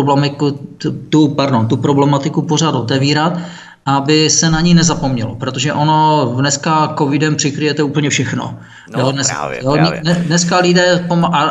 tu problematiku pořád otevírat, aby se na ní nezapomnělo, protože ono dneska covidem přikryjete úplně všechno. No, právě. Dneska lidé,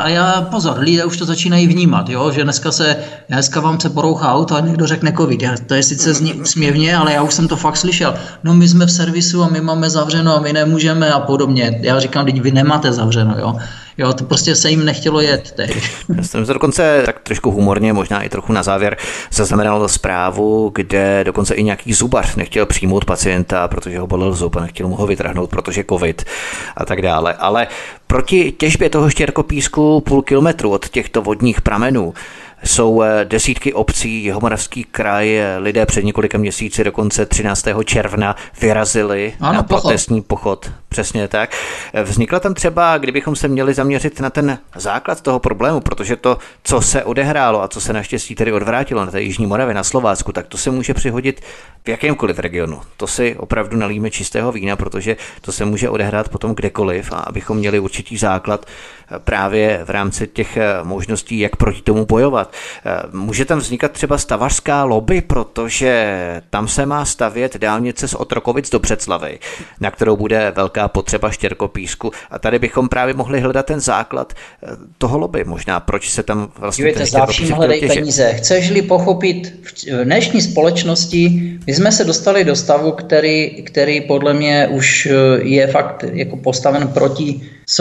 lidé už to začínají vnímat, jo, že dneska vám se porouchá auto a někdo řekne covid. To je sice směvně, ale já už jsem to fakt slyšel. No my jsme v servisu a my máme zavřeno a my nemůžeme a podobně. Já říkám, vy nemáte zavřeno, jo. Jo, to prostě se jim nechtělo jet tehdy. Já jsem to dokonce tak trošku humorně, možná i trochu na závěr, zaznamenal zprávu, kde dokonce i nějaký zubař nechtěl přijmout pacienta, protože ho bolel zub a nechtěl mu ho vytrhnout, protože covid a tak dále. Ale proti těžbě toho štěrkopísku půl kilometru od těchto vodních pramenů jsou desítky obcí, Jihomoravský kraj, lidé před několika měsíci, dokonce 13. června vyrazili na protestní pochod. Přesně tak. Vznikla tam třeba, kdybychom se měli zaměřit na ten základ toho problému, protože to, co se odehrálo a co se naštěstí tedy odvrátilo na té Jižní Moravě, na Slovácku, tak to se může přihodit v jakémkoliv regionu. To si opravdu nalíme čistého vína, protože to se může odehrát potom kdekoliv a abychom měli určitý základ právě v rámci těch možností, jak proti tomu bojovat. Může tam vznikat třeba stavařská lobby, protože tam se má stavět dálnice z Otrokovic do Břeclavi, na kterou bude velká potřeba štěrkopísku a tady bychom právě mohli hledat ten základ toho lobby. Možná proč se tam vlastně za vším hledej peníze. Chceš-li pochopit v dnešní společnosti, my jsme se dostali do stavu, který podle mě už je fakt jako postaven proti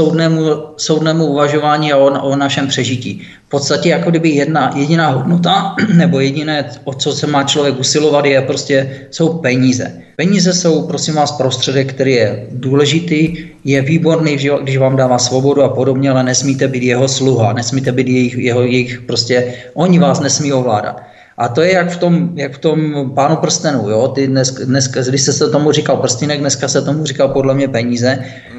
soudnému uvažování a o našem přežití. V podstatě jako kdyby jediná hodnota nebo jediné, o co se má člověk usilovat, jsou peníze. Peníze jsou, prosím vás, prostředek, který je důležitý, je výborný, když vám dává svobodu a podobně, ale nesmíte být jeho sluha, nesmíte být jejich prostě, oni vás nesmí ovládat. A to je jak v tom Pánu prstenů, jo? Dneska, když se tomu říkal prstínek, dneska se tomu říkal podle mě peníze.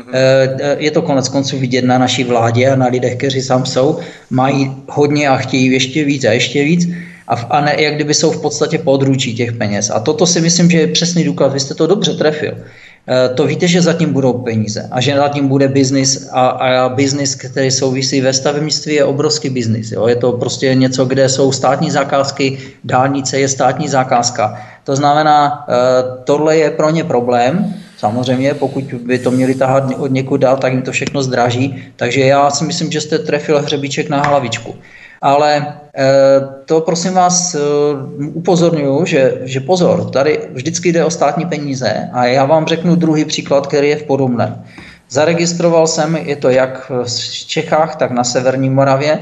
Je to konec konců vidět na naší vládě a na lidech, kteří sám jsou, mají hodně a chtějí ještě víc a ještě víc. A ne, jak kdyby jsou v podstatě područí těch peněz. A toto si myslím, že je přesný důkaz, vy jste to dobře trefil. To víte, že zatím budou peníze a že zatím bude biznis a biznis, který souvisí ve stavebnictví, je obrovský biznis. Jo? Je to prostě něco, kde jsou státní zakázky, dálnice je státní zakázka. To znamená, tohle je pro ně problém. Samozřejmě, pokud by to měli tahat od někud dál, tak jim to všechno zdraží. Takže já si myslím, že jste trefil hřebíček na hlavičku. Ale to prosím vás upozorňuji, že pozor, tady vždycky jde o státní peníze a já vám řeknu druhý příklad, který je v podobném. Zaregistroval jsem, je to jak v Čechách, tak na severní Moravě,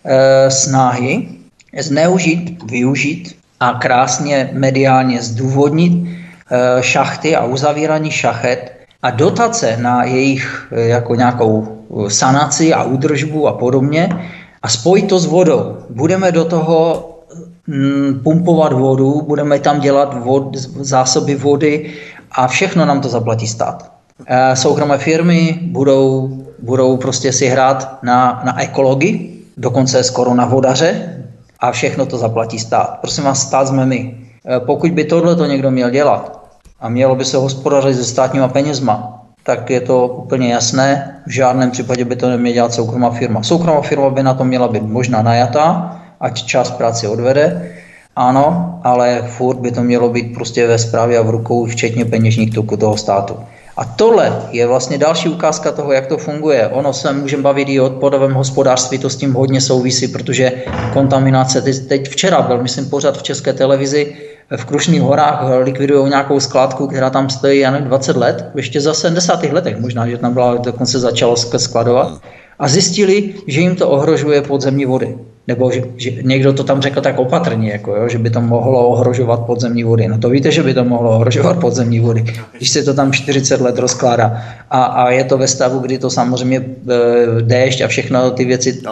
snahy zneužít, využít a krásně mediálně zdůvodnit šachty a uzavírání šachet a dotace na jejich jako nějakou sanaci a údržbu a podobně a spojit to s vodou. Budeme do toho pumpovat vodu, budeme tam dělat zásoby vody a všechno nám to zaplatí stát. Soukromé firmy budou prostě si hrát na ekologii, dokonce skoro na vodaře a všechno to zaplatí stát. Prosím vás, stát jsme my. Pokud by tohleto někdo měl dělat a mělo by se hospodařit se státníma penězma, tak je to úplně jasné. V žádném případě by to neměla dělat soukromá firma. Soukromá firma by na to měla být možná najatá, ať část práce odvede, ano, ale furt by to mělo být prostě ve správě a v rukou, včetně peněžních toků toho státu. A tohle je vlastně další ukázka toho, jak to funguje. Ono se můžeme bavit i o odpadovém hospodářství, to s tím hodně souvisí, protože kontaminace, teď včera byl, myslím, pořád v České televizi, v Krušných horách likvidují nějakou skládku, která tam stojí 20 let, ještě za 70. letech možná, že tam byla, dokonce začalo skladovat a zjistili, že jim to ohrožuje podzemní vody. nebo že někdo to tam řekl tak opatrně, jako jo, že by to mohlo ohrožovat podzemní vody. No to víte, že by to mohlo ohrožovat podzemní vody, když se to tam 40 let rozkládá. A je to ve stavu, kdy to samozřejmě déšť a všechno ty věci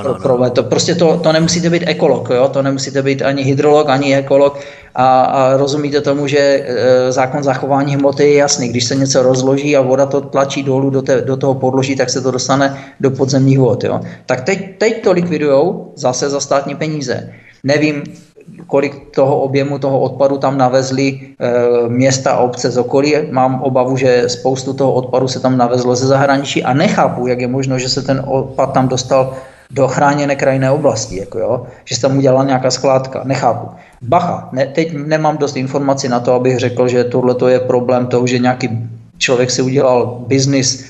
to nemusíte být ekolog, jo? To nemusíte být ani hydrolog, ani ekolog a rozumíte tomu, že zákon zachování hmoty je jasný. Když se něco rozloží a voda to tlačí dolů do toho podloží, tak se to dostane do podzemních vod. Jo? Tak teď to likvidujou zase za státní peníze. Nevím, kolik toho objemu toho odpadu tam navezli města a obce z okolí. Mám obavu, že spoustu toho odpadu se tam navezlo ze zahraničí a nechápu, jak je možno, že se ten odpad tam dostal do chráněné krajinné oblasti, jako jo? Že se tam udělala nějaká skládka. Nechápu. Bacha, teď nemám dost informací na to, abych řekl, že tohle je problém toho, že nějaký člověk si udělal biznis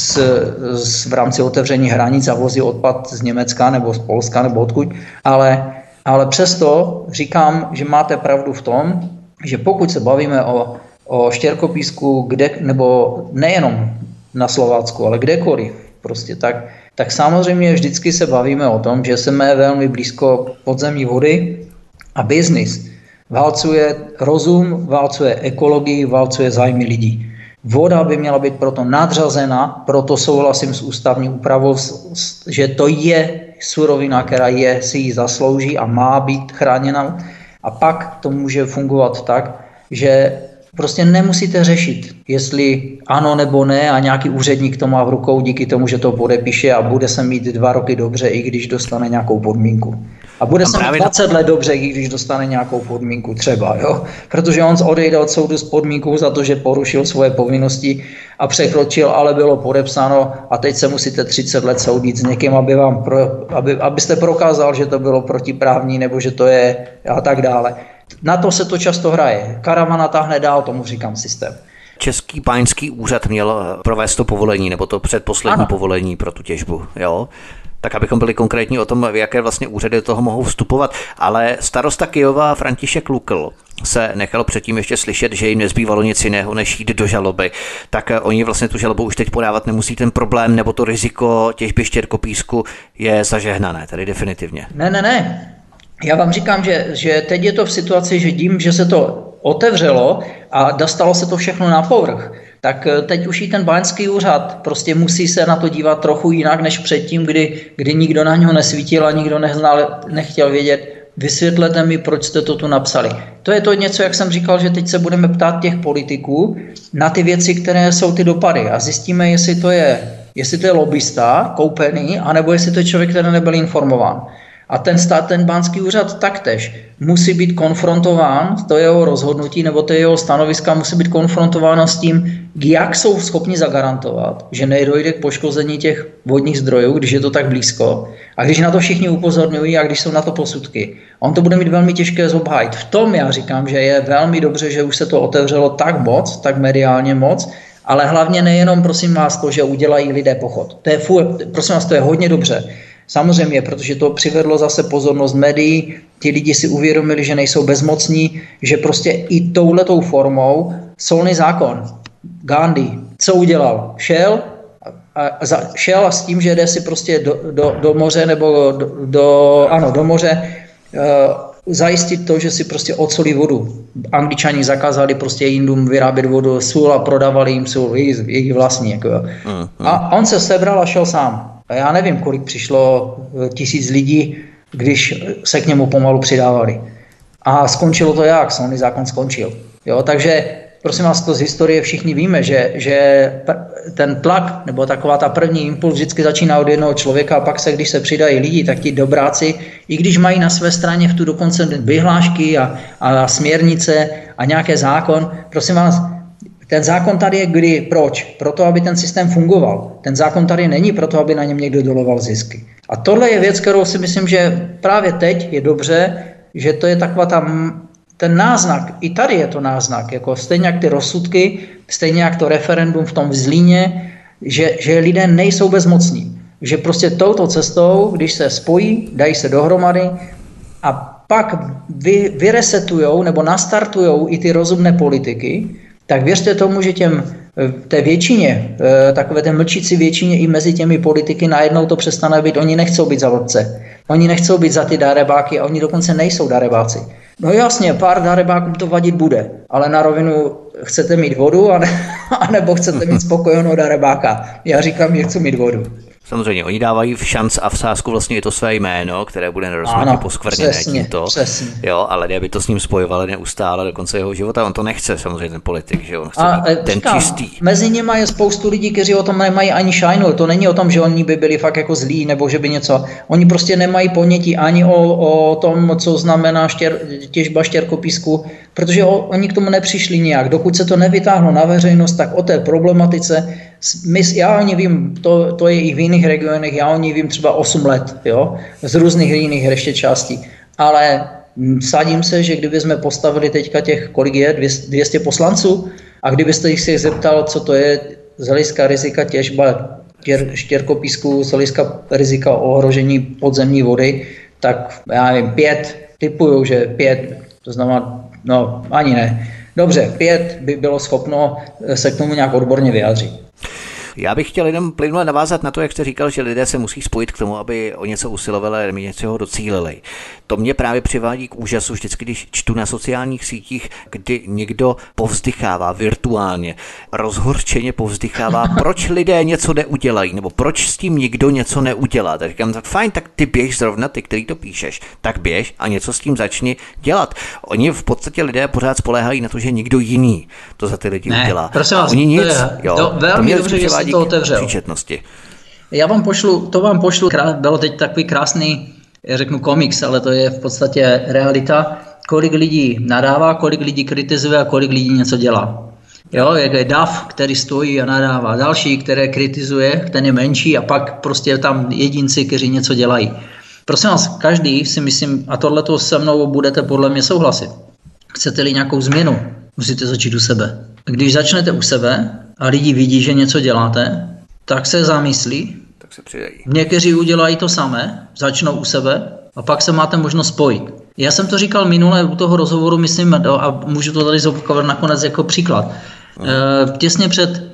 v rámci otevření hranic a vozí odpad z Německa nebo z Polska nebo odkud, ale přesto říkám, že máte pravdu v tom, že pokud se bavíme o štěrkopísku, nebo nejenom na Slovácku, ale kdekoliv, prostě tak samozřejmě vždycky se bavíme o tom, že jsme velmi blízko podzemní vody a biznis válcuje rozum, válcuje ekologii, válcuje zájmy lidí. Voda by měla být proto nadřazena, proto souhlasím s ústavní úpravou, že to je surovina, která si ji zaslouží a má být chráněna. A pak to může fungovat tak, že prostě nemusíte řešit, jestli ano nebo ne a nějaký úředník to má v rukou díky tomu, že to podepíše a bude se mít 2 roky dobře, i když dostane nějakou podmínku. A bude se mít 20 let dobře, i když dostane nějakou podmínku třeba, jo? Protože on odejde od soudu s podmínkou za to, že porušil svoje povinnosti a překročil, ale bylo podepsáno a teď se musíte 30 let soudit s někým, abyste prokázal, že to bylo protiprávní nebo že to je a tak dále. Na to se to často hraje. Karavana táhne dál, tomu říkám systém. Český báňský úřad měl provést to povolení, nebo to předposlední povolení pro tu těžbu, jo? Tak abychom byli konkrétní o tom, jaké vlastně úřady do toho mohou vstupovat. Ale starosta Kyjova František Lukl se nechal předtím ještě slyšet, že jim nezbývalo nic jiného, než jít do žaloby. Tak oni vlastně tu žalobu už teď podávat nemusí, ten problém nebo to riziko těžby štěrkopísku je zažehnané, tady definitivně. Ne. Já vám říkám, že teď je to v situaci, že tím, že se to otevřelo a dostalo se to všechno na povrch, tak teď už i ten báňský úřad prostě musí se na to dívat trochu jinak než předtím, kdy nikdo na něho nesvítil a nikdo nechtěl vědět. Vysvětlete mi, proč jste to tu napsali. To je to něco, jak jsem říkal, že teď se budeme ptát těch politiků na ty věci, které jsou ty dopady a zjistíme, jestli to je lobbysta koupený, anebo jestli to je člověk, který nebyl informován. A ten báňský úřad taktéž musí být konfrontován, to jeho rozhodnutí nebo to jeho stanoviska musí být konfrontováno s tím, jak jsou schopni zagarantovat, že nedojde k poškození těch vodních zdrojů, když je to tak blízko. A když na to všichni upozorňují a když jsou na to posudky. On to bude mít velmi těžké zobhájit. V tom já říkám, že je velmi dobře, že už se to otevřelo tak moc, tak mediálně moc, ale hlavně nejenom, prosím vás, to, že udělají lidé pochod. Prosím vás, to je hodně dobře. Samozřejmě, protože to přivedlo zase pozornost médií, ti lidi si uvědomili, že nejsou bezmocní, že prostě i touhletou formou solný zákon, Gandhi, co udělal? Šel a s tím, že jde si prostě do moře nebo do moře zajistit to, že si prostě odsolí vodu. Angličani zakázali prostě Indům vyrábět vodu, sůl a prodávali jim sůl, jejich vlastní. Jako. A on se sebral a šel sám. A já nevím, kolik přišlo 1000 lidí, když se k němu pomalu přidávali. A skončilo to jak? Solný zákon skončil. Jo, takže prosím vás, to z historie všichni víme, že ten tlak nebo taková ta první impuls vždycky začíná od jednoho člověka a pak se, když se přidají lidi, tak ti dobráci, i když mají na své straně v tu dokonce vyhlášky a směrnice a nějaký zákon, prosím vás, ten zákon tady je proč? Proto, aby ten systém fungoval. Ten zákon tady není proto, aby na něm někdo doloval zisky. A tohle je věc, kterou si myslím, že právě teď je dobře, že to je taková ten náznak, i tady je to náznak, jako stejně jak ty rozsudky, stejně jak to referendum v tom Zlíně, že lidé nejsou bezmocní. Že prostě touto cestou, když se spojí, dají se dohromady a pak vyresetujou nebo nastartujou i ty rozumné politiky, tak věřte tomu, že té většině, takové té mlčící většině i mezi těmi politiky najednou to přestane být, oni nechcou být za vrabce. Oni nechcou být za ty darebáky a oni dokonce nejsou darebáci. No jasně, pár darebákům to vadit bude, ale na rovinu chcete mít vodu, anebo chcete mít spokojenou darebáka. Já říkám, že chci mít vodu. Samozřejmě, oni dávají v šanc a v sázku vlastně i to své jméno, které bude nerozhodně poskvrněné tímto. Přesně. Jo, ale lidé by to s ním spojovali neustále do konce jeho života. On to nechce, samozřejmě ten politik, že on chce být ten čistý. Mezi nimi je spoustu lidí, kteří o tom nemají ani šajnu. To není o tom, že oni by byli fakt jako zlí, nebo že by něco. Oni prostě nemají ponětí ani o tom, co znamená těžba štěrkopísku, protože oni k tomu nepřišli nijak. Dokud se to nevytáhlo na veřejnost, tak o té problematice já o ní vím, to je i v jiných regionech, já o ní vím třeba 8 let, jo, z různých jiných ještě částí. Ale sadím se, že kdyby jsme postavili teďka těch, kolik je, 200 poslanců, a kdybyste jich si zeptal, co to je z hlediska rizika těžba štěrkopísku, z hlediska rizika ohrožení podzemní vody, tak já nevím, 5, typuju, že 5, to znamená, no ani ne. Dobře, 5 by bylo schopno se k tomu nějak odborně vyjádřit. Já bych chtěl jenom plynule navázat na to, jak jste říkal, že lidé se musí spojit k tomu, aby o něco usilovali, aby něčeho docílili. To mě právě přivádí k úžasu vždycky, když čtu na sociálních sítích, kdy někdo povzdychává virtuálně, rozhorčeně povzdychává, proč lidé něco neudělají, nebo proč s tím nikdo něco neudělá. Tak říkám, tak fajn, tak ty běž zrovna, ty, který to píšeš, tak běž a něco s tím začni dělat. Oni v podstatě lidé pořád spoléhají na to, že někdo jiný to za ty lidi udělá. Prosím a vás, oni nic. Velmi dobře, že jste to otevřel. Já vám pošlu, bylo teď takový krásný, já řeknu komiks, ale to je v podstatě realita, kolik lidí nadává, kolik lidí kritizuje a kolik lidí něco dělá. Jo, jak je Dav, který stojí a nadává, další, které kritizuje, ten je menší a pak prostě tam jedinci, kteří něco dělají. Prosím vás, každý si myslím, a tohleto se mnou budete podle mě souhlasit, chcete-li nějakou změnu, musíte začít u sebe. Když začnete u sebe a lidi vidí, že něco děláte, tak se zamyslí. Tak se přidají. Někteří udělají to samé, začnou u sebe a pak se máte možnost spojit. Já jsem to říkal minule u toho rozhovoru, myslím, a můžu to tady zopakovat nakonec jako příklad. Těsně před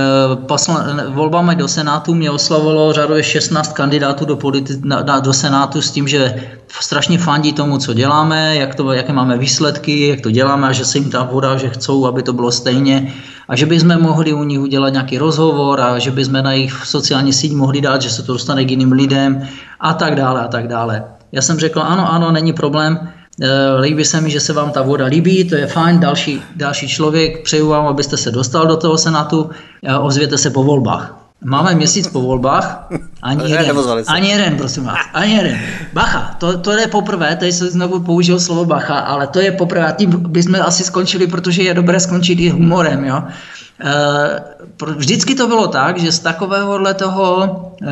volbami do Senátu mě oslavilo řadově 16 kandidátů do Senátu s tím, že strašně fandí tomu, co děláme, jaké máme výsledky, jak to děláme a že se jim ta voda, že chcou, aby to bylo stejně a že bychom mohli u nich udělat nějaký rozhovor a že bychom na jejich sociální síť mohli dát, že se to dostane k jiným lidem a tak dále a tak dále. Já jsem řekl, ano, není problém. Líbí se mi, že se vám ta voda líbí, to je fajn, další člověk, přeju vám, abyste se dostal do toho Senátu, ozvěte se po volbách. Máme měsíc po volbách, ani jeden, prosím vás, ani jeden. Bacha, to je poprvé, tady se znovu použil slovo bacha, ale to je poprvé, tím bychom asi skončili, protože je dobré skončit i humorem, jo. Vždycky to bylo tak, že z takovéhohle toho,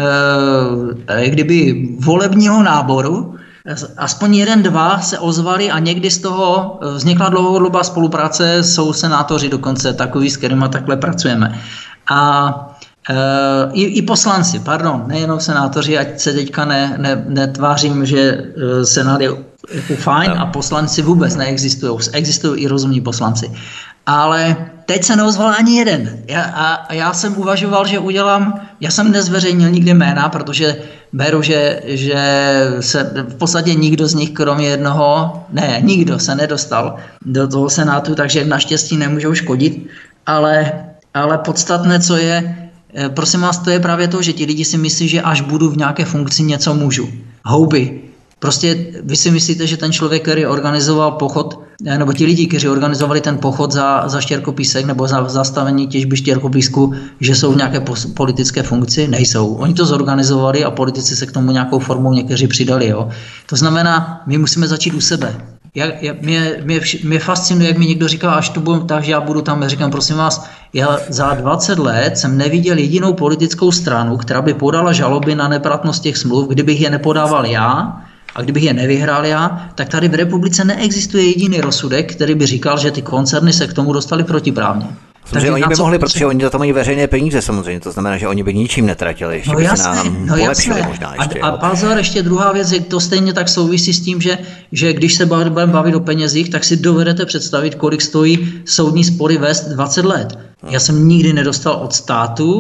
kdyby volebního náboru, aspoň 1-2 se ozvali a někdy z toho vznikla dlouhodobá spolupráce, jsou senátoři dokonce takový, s kterými takhle pracujeme. A i poslanci, nejenom senátoři, ať se teďka netvářím, že senát je jako fajn a poslanci vůbec neexistují. Existují i rozumní poslanci. Ale teď se neozval ani jeden. Já jsem uvažoval, že já jsem nezveřejnil nikdy jména, protože beru, že se v podstatě nikdo z nich, kromě jednoho, nikdo se nedostal do toho senátu, takže naštěstí nemůžou škodit, ale podstatné, co je, prosím vás, to je právě to, že ti lidi si myslí, že až budu v nějaké funkci, něco můžu. Houby. Prostě vy si myslíte, že ten člověk, který organizoval pochod, nebo ti lidi, kteří organizovali ten pochod za štěrkopísek nebo za zastavení těžby štěrkopísku, že jsou v nějaké politické funkci? Nejsou. Oni to zorganizovali a politici se k tomu nějakou formou někteří přidali. Jo? To znamená, my musíme začít u sebe. Mě fascinuje, jak mi někdo říká, až to budu, takže já budu tam, říkám, prosím vás, já za 20 let jsem neviděl jedinou politickou stranu, která by podala žaloby na neplatnost těch smluv, kdybych je nepodával já, a kdybych je nevyhrál já, tak tady v republice neexistuje jediný rozsudek, který by říkal, že ty koncerny se k tomu dostali protiprávně. Takže oni by mohli, protože oni za to mají veřejné peníze samozřejmě, to znamená, že oni by ničím netratili, ještě by se nám polepšili možná ještě. A pozor, ještě druhá věc, je to stejně tak souvisí s tím, že když se budeme bavit o penězích, tak si dovedete představit, kolik stojí soudní spory vést 20 let. Já jsem nikdy nedostal od státu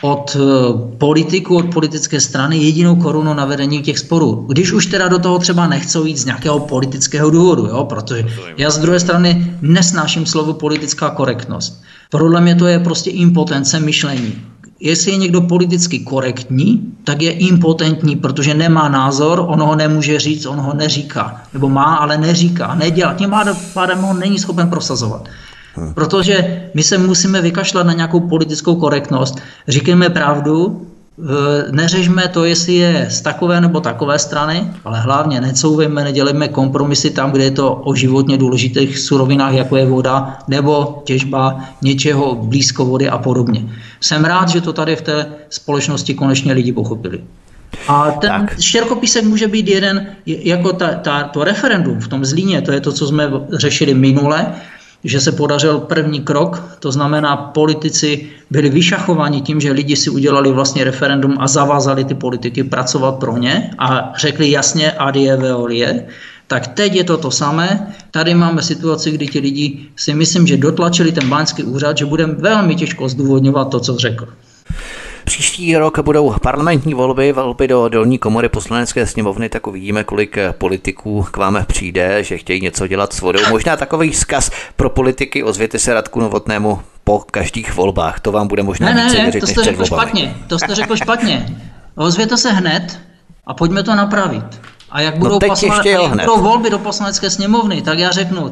od politiků, od politické strany jedinou korunu na vedení těch sporů. Když už teda do toho třeba nechcou jít z nějakého politického důvodu, jo? Protože já z druhé strany nesnáším slovo politická korektnost. Podle mě to je prostě impotence myšlení. Jestli je někdo politicky korektní, tak je impotentní, protože nemá názor, on ho nemůže říct, on ho neříká. Nebo má, ale neříká, nedělá. Tím pádem ho není schopen prosazovat. Protože my se musíme vykašlat na nějakou politickou korektnost. Říkejme pravdu, neřešme to, jestli je z takové nebo takové strany, ale hlavně necouvejme, nedělejme kompromisy tam, kde je to o životně důležitých surovinách, jako je voda nebo těžba něčeho blízko vody a podobně. Jsem rád, že to tady v té společnosti konečně lidi pochopili. A ten štěrkopísek může být jeden, jako to referendum v tom Zlíně, to je to, co jsme řešili minule, že se podařil první krok, to znamená, politici byli vyšachováni tím, že lidi si udělali vlastně referendum a zavázali ty politiky pracovat pro ně a řekli jasně adie veolie. Tak teď je to samé. Tady máme situaci, kdy ti lidi si myslím, že dotlačili ten báňský úřad, že bude velmi těžko zdůvodňovat to, co řekl. Příští rok budou parlamentní volby do dolní komory Poslanecké sněmovny, tak uvidíme, kolik politiků k vám přijde, že chtějí něco dělat s vodou. Možná takový vzkaz pro politiky, ozvěte se Radku Novotnému po každých volbách. To vám bude možná více věřit, to jste řekl špatně. To jste řekl špatně. Ozvěte se hned a pojďme to napravit. A jak budou, budou volby do Poslanecké sněmovny, tak já řeknu,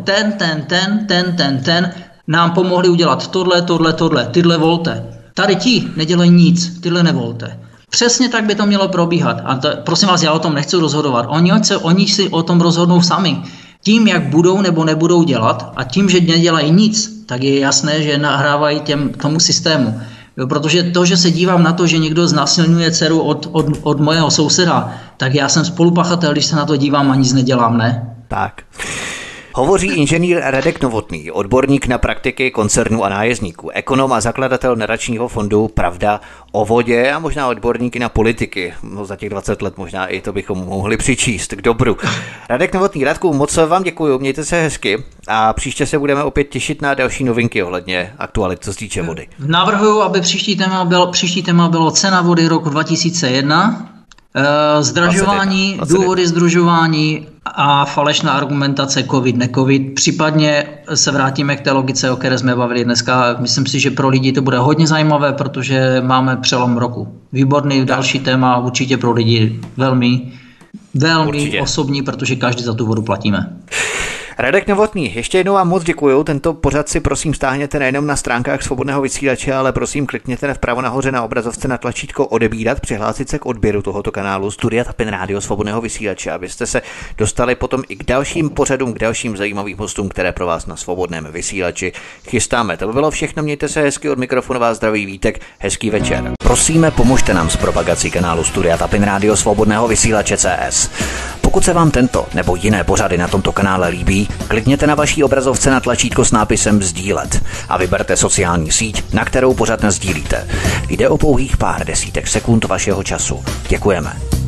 ten nám pomohli udělat tohle, tyhle volte. Tady ti nedělají nic, tyhle nevolte. Přesně tak by to mělo probíhat. A prosím vás, já o tom nechci rozhodovat. Oni si o tom rozhodnou sami. Tím, jak budou nebo nebudou dělat a tím, že nedělají nic, tak je jasné, že nahrávají tomu systému. Jo, protože to, že se dívám na to, že někdo znásilňuje dceru od mojeho souseda, tak já jsem spolupachatel, když se na to dívám a nic nedělám, ne? Tak. Hovoří inženýr Radek Novotný, odborník na praktiky koncernů a nájezdníků, ekonom a zakladatel nadačního fondu Pravda o vodě a možná odborníky na politiky. No, za těch 20 let možná i to bychom mohli přičíst k dobru. Radek Novotný, Radku, moc vám děkuju, mějte se hezky a příště se budeme opět těšit na další novinky ohledně aktualit, co se týče vody. Navrhuju, aby příští téma bylo cena vody roku 2001. Zdražování, důvody združování a falešná argumentace covid, ne-covid. Případně se vrátíme k té logice, o které jsme bavili dneska. Myslím si, že pro lidi to bude hodně zajímavé, protože máme přelom roku. Výborný další téma, určitě pro lidi velmi osobní, protože každý za tu vodu platíme. Radek Novotný, ještě jednou vám moc děkuju. Tento pořad si prosím stáhněte nejenom na stránkách Svobodného vysílače, ale prosím klikněte vpravo nahoře na obrazovce na tlačítko odebírat, přihlásit se k odběru tohoto kanálu Studia Tapin Rádio Svobodného vysílače, abyste se dostali potom i k dalším pořadům, k dalším zajímavým hostům, které pro vás na Svobodném vysílači chystáme. To by bylo všechno, mějte se hezky, od mikrofonu vás zdraví Vítek, hezký večer. Prosíme, pomožte nám s propagací kanálu Studia Tapin Rádio Svobodného vysílače CS. Pokud se vám tento nebo jiné pořady na tomto kanále líbí, klikněte na vaší obrazovce na tlačítko s nápisem sdílet a vyberte sociální síť, na kterou pořad nasdílíte. Jde o pouhých pár desítek sekund vašeho času. Děkujeme.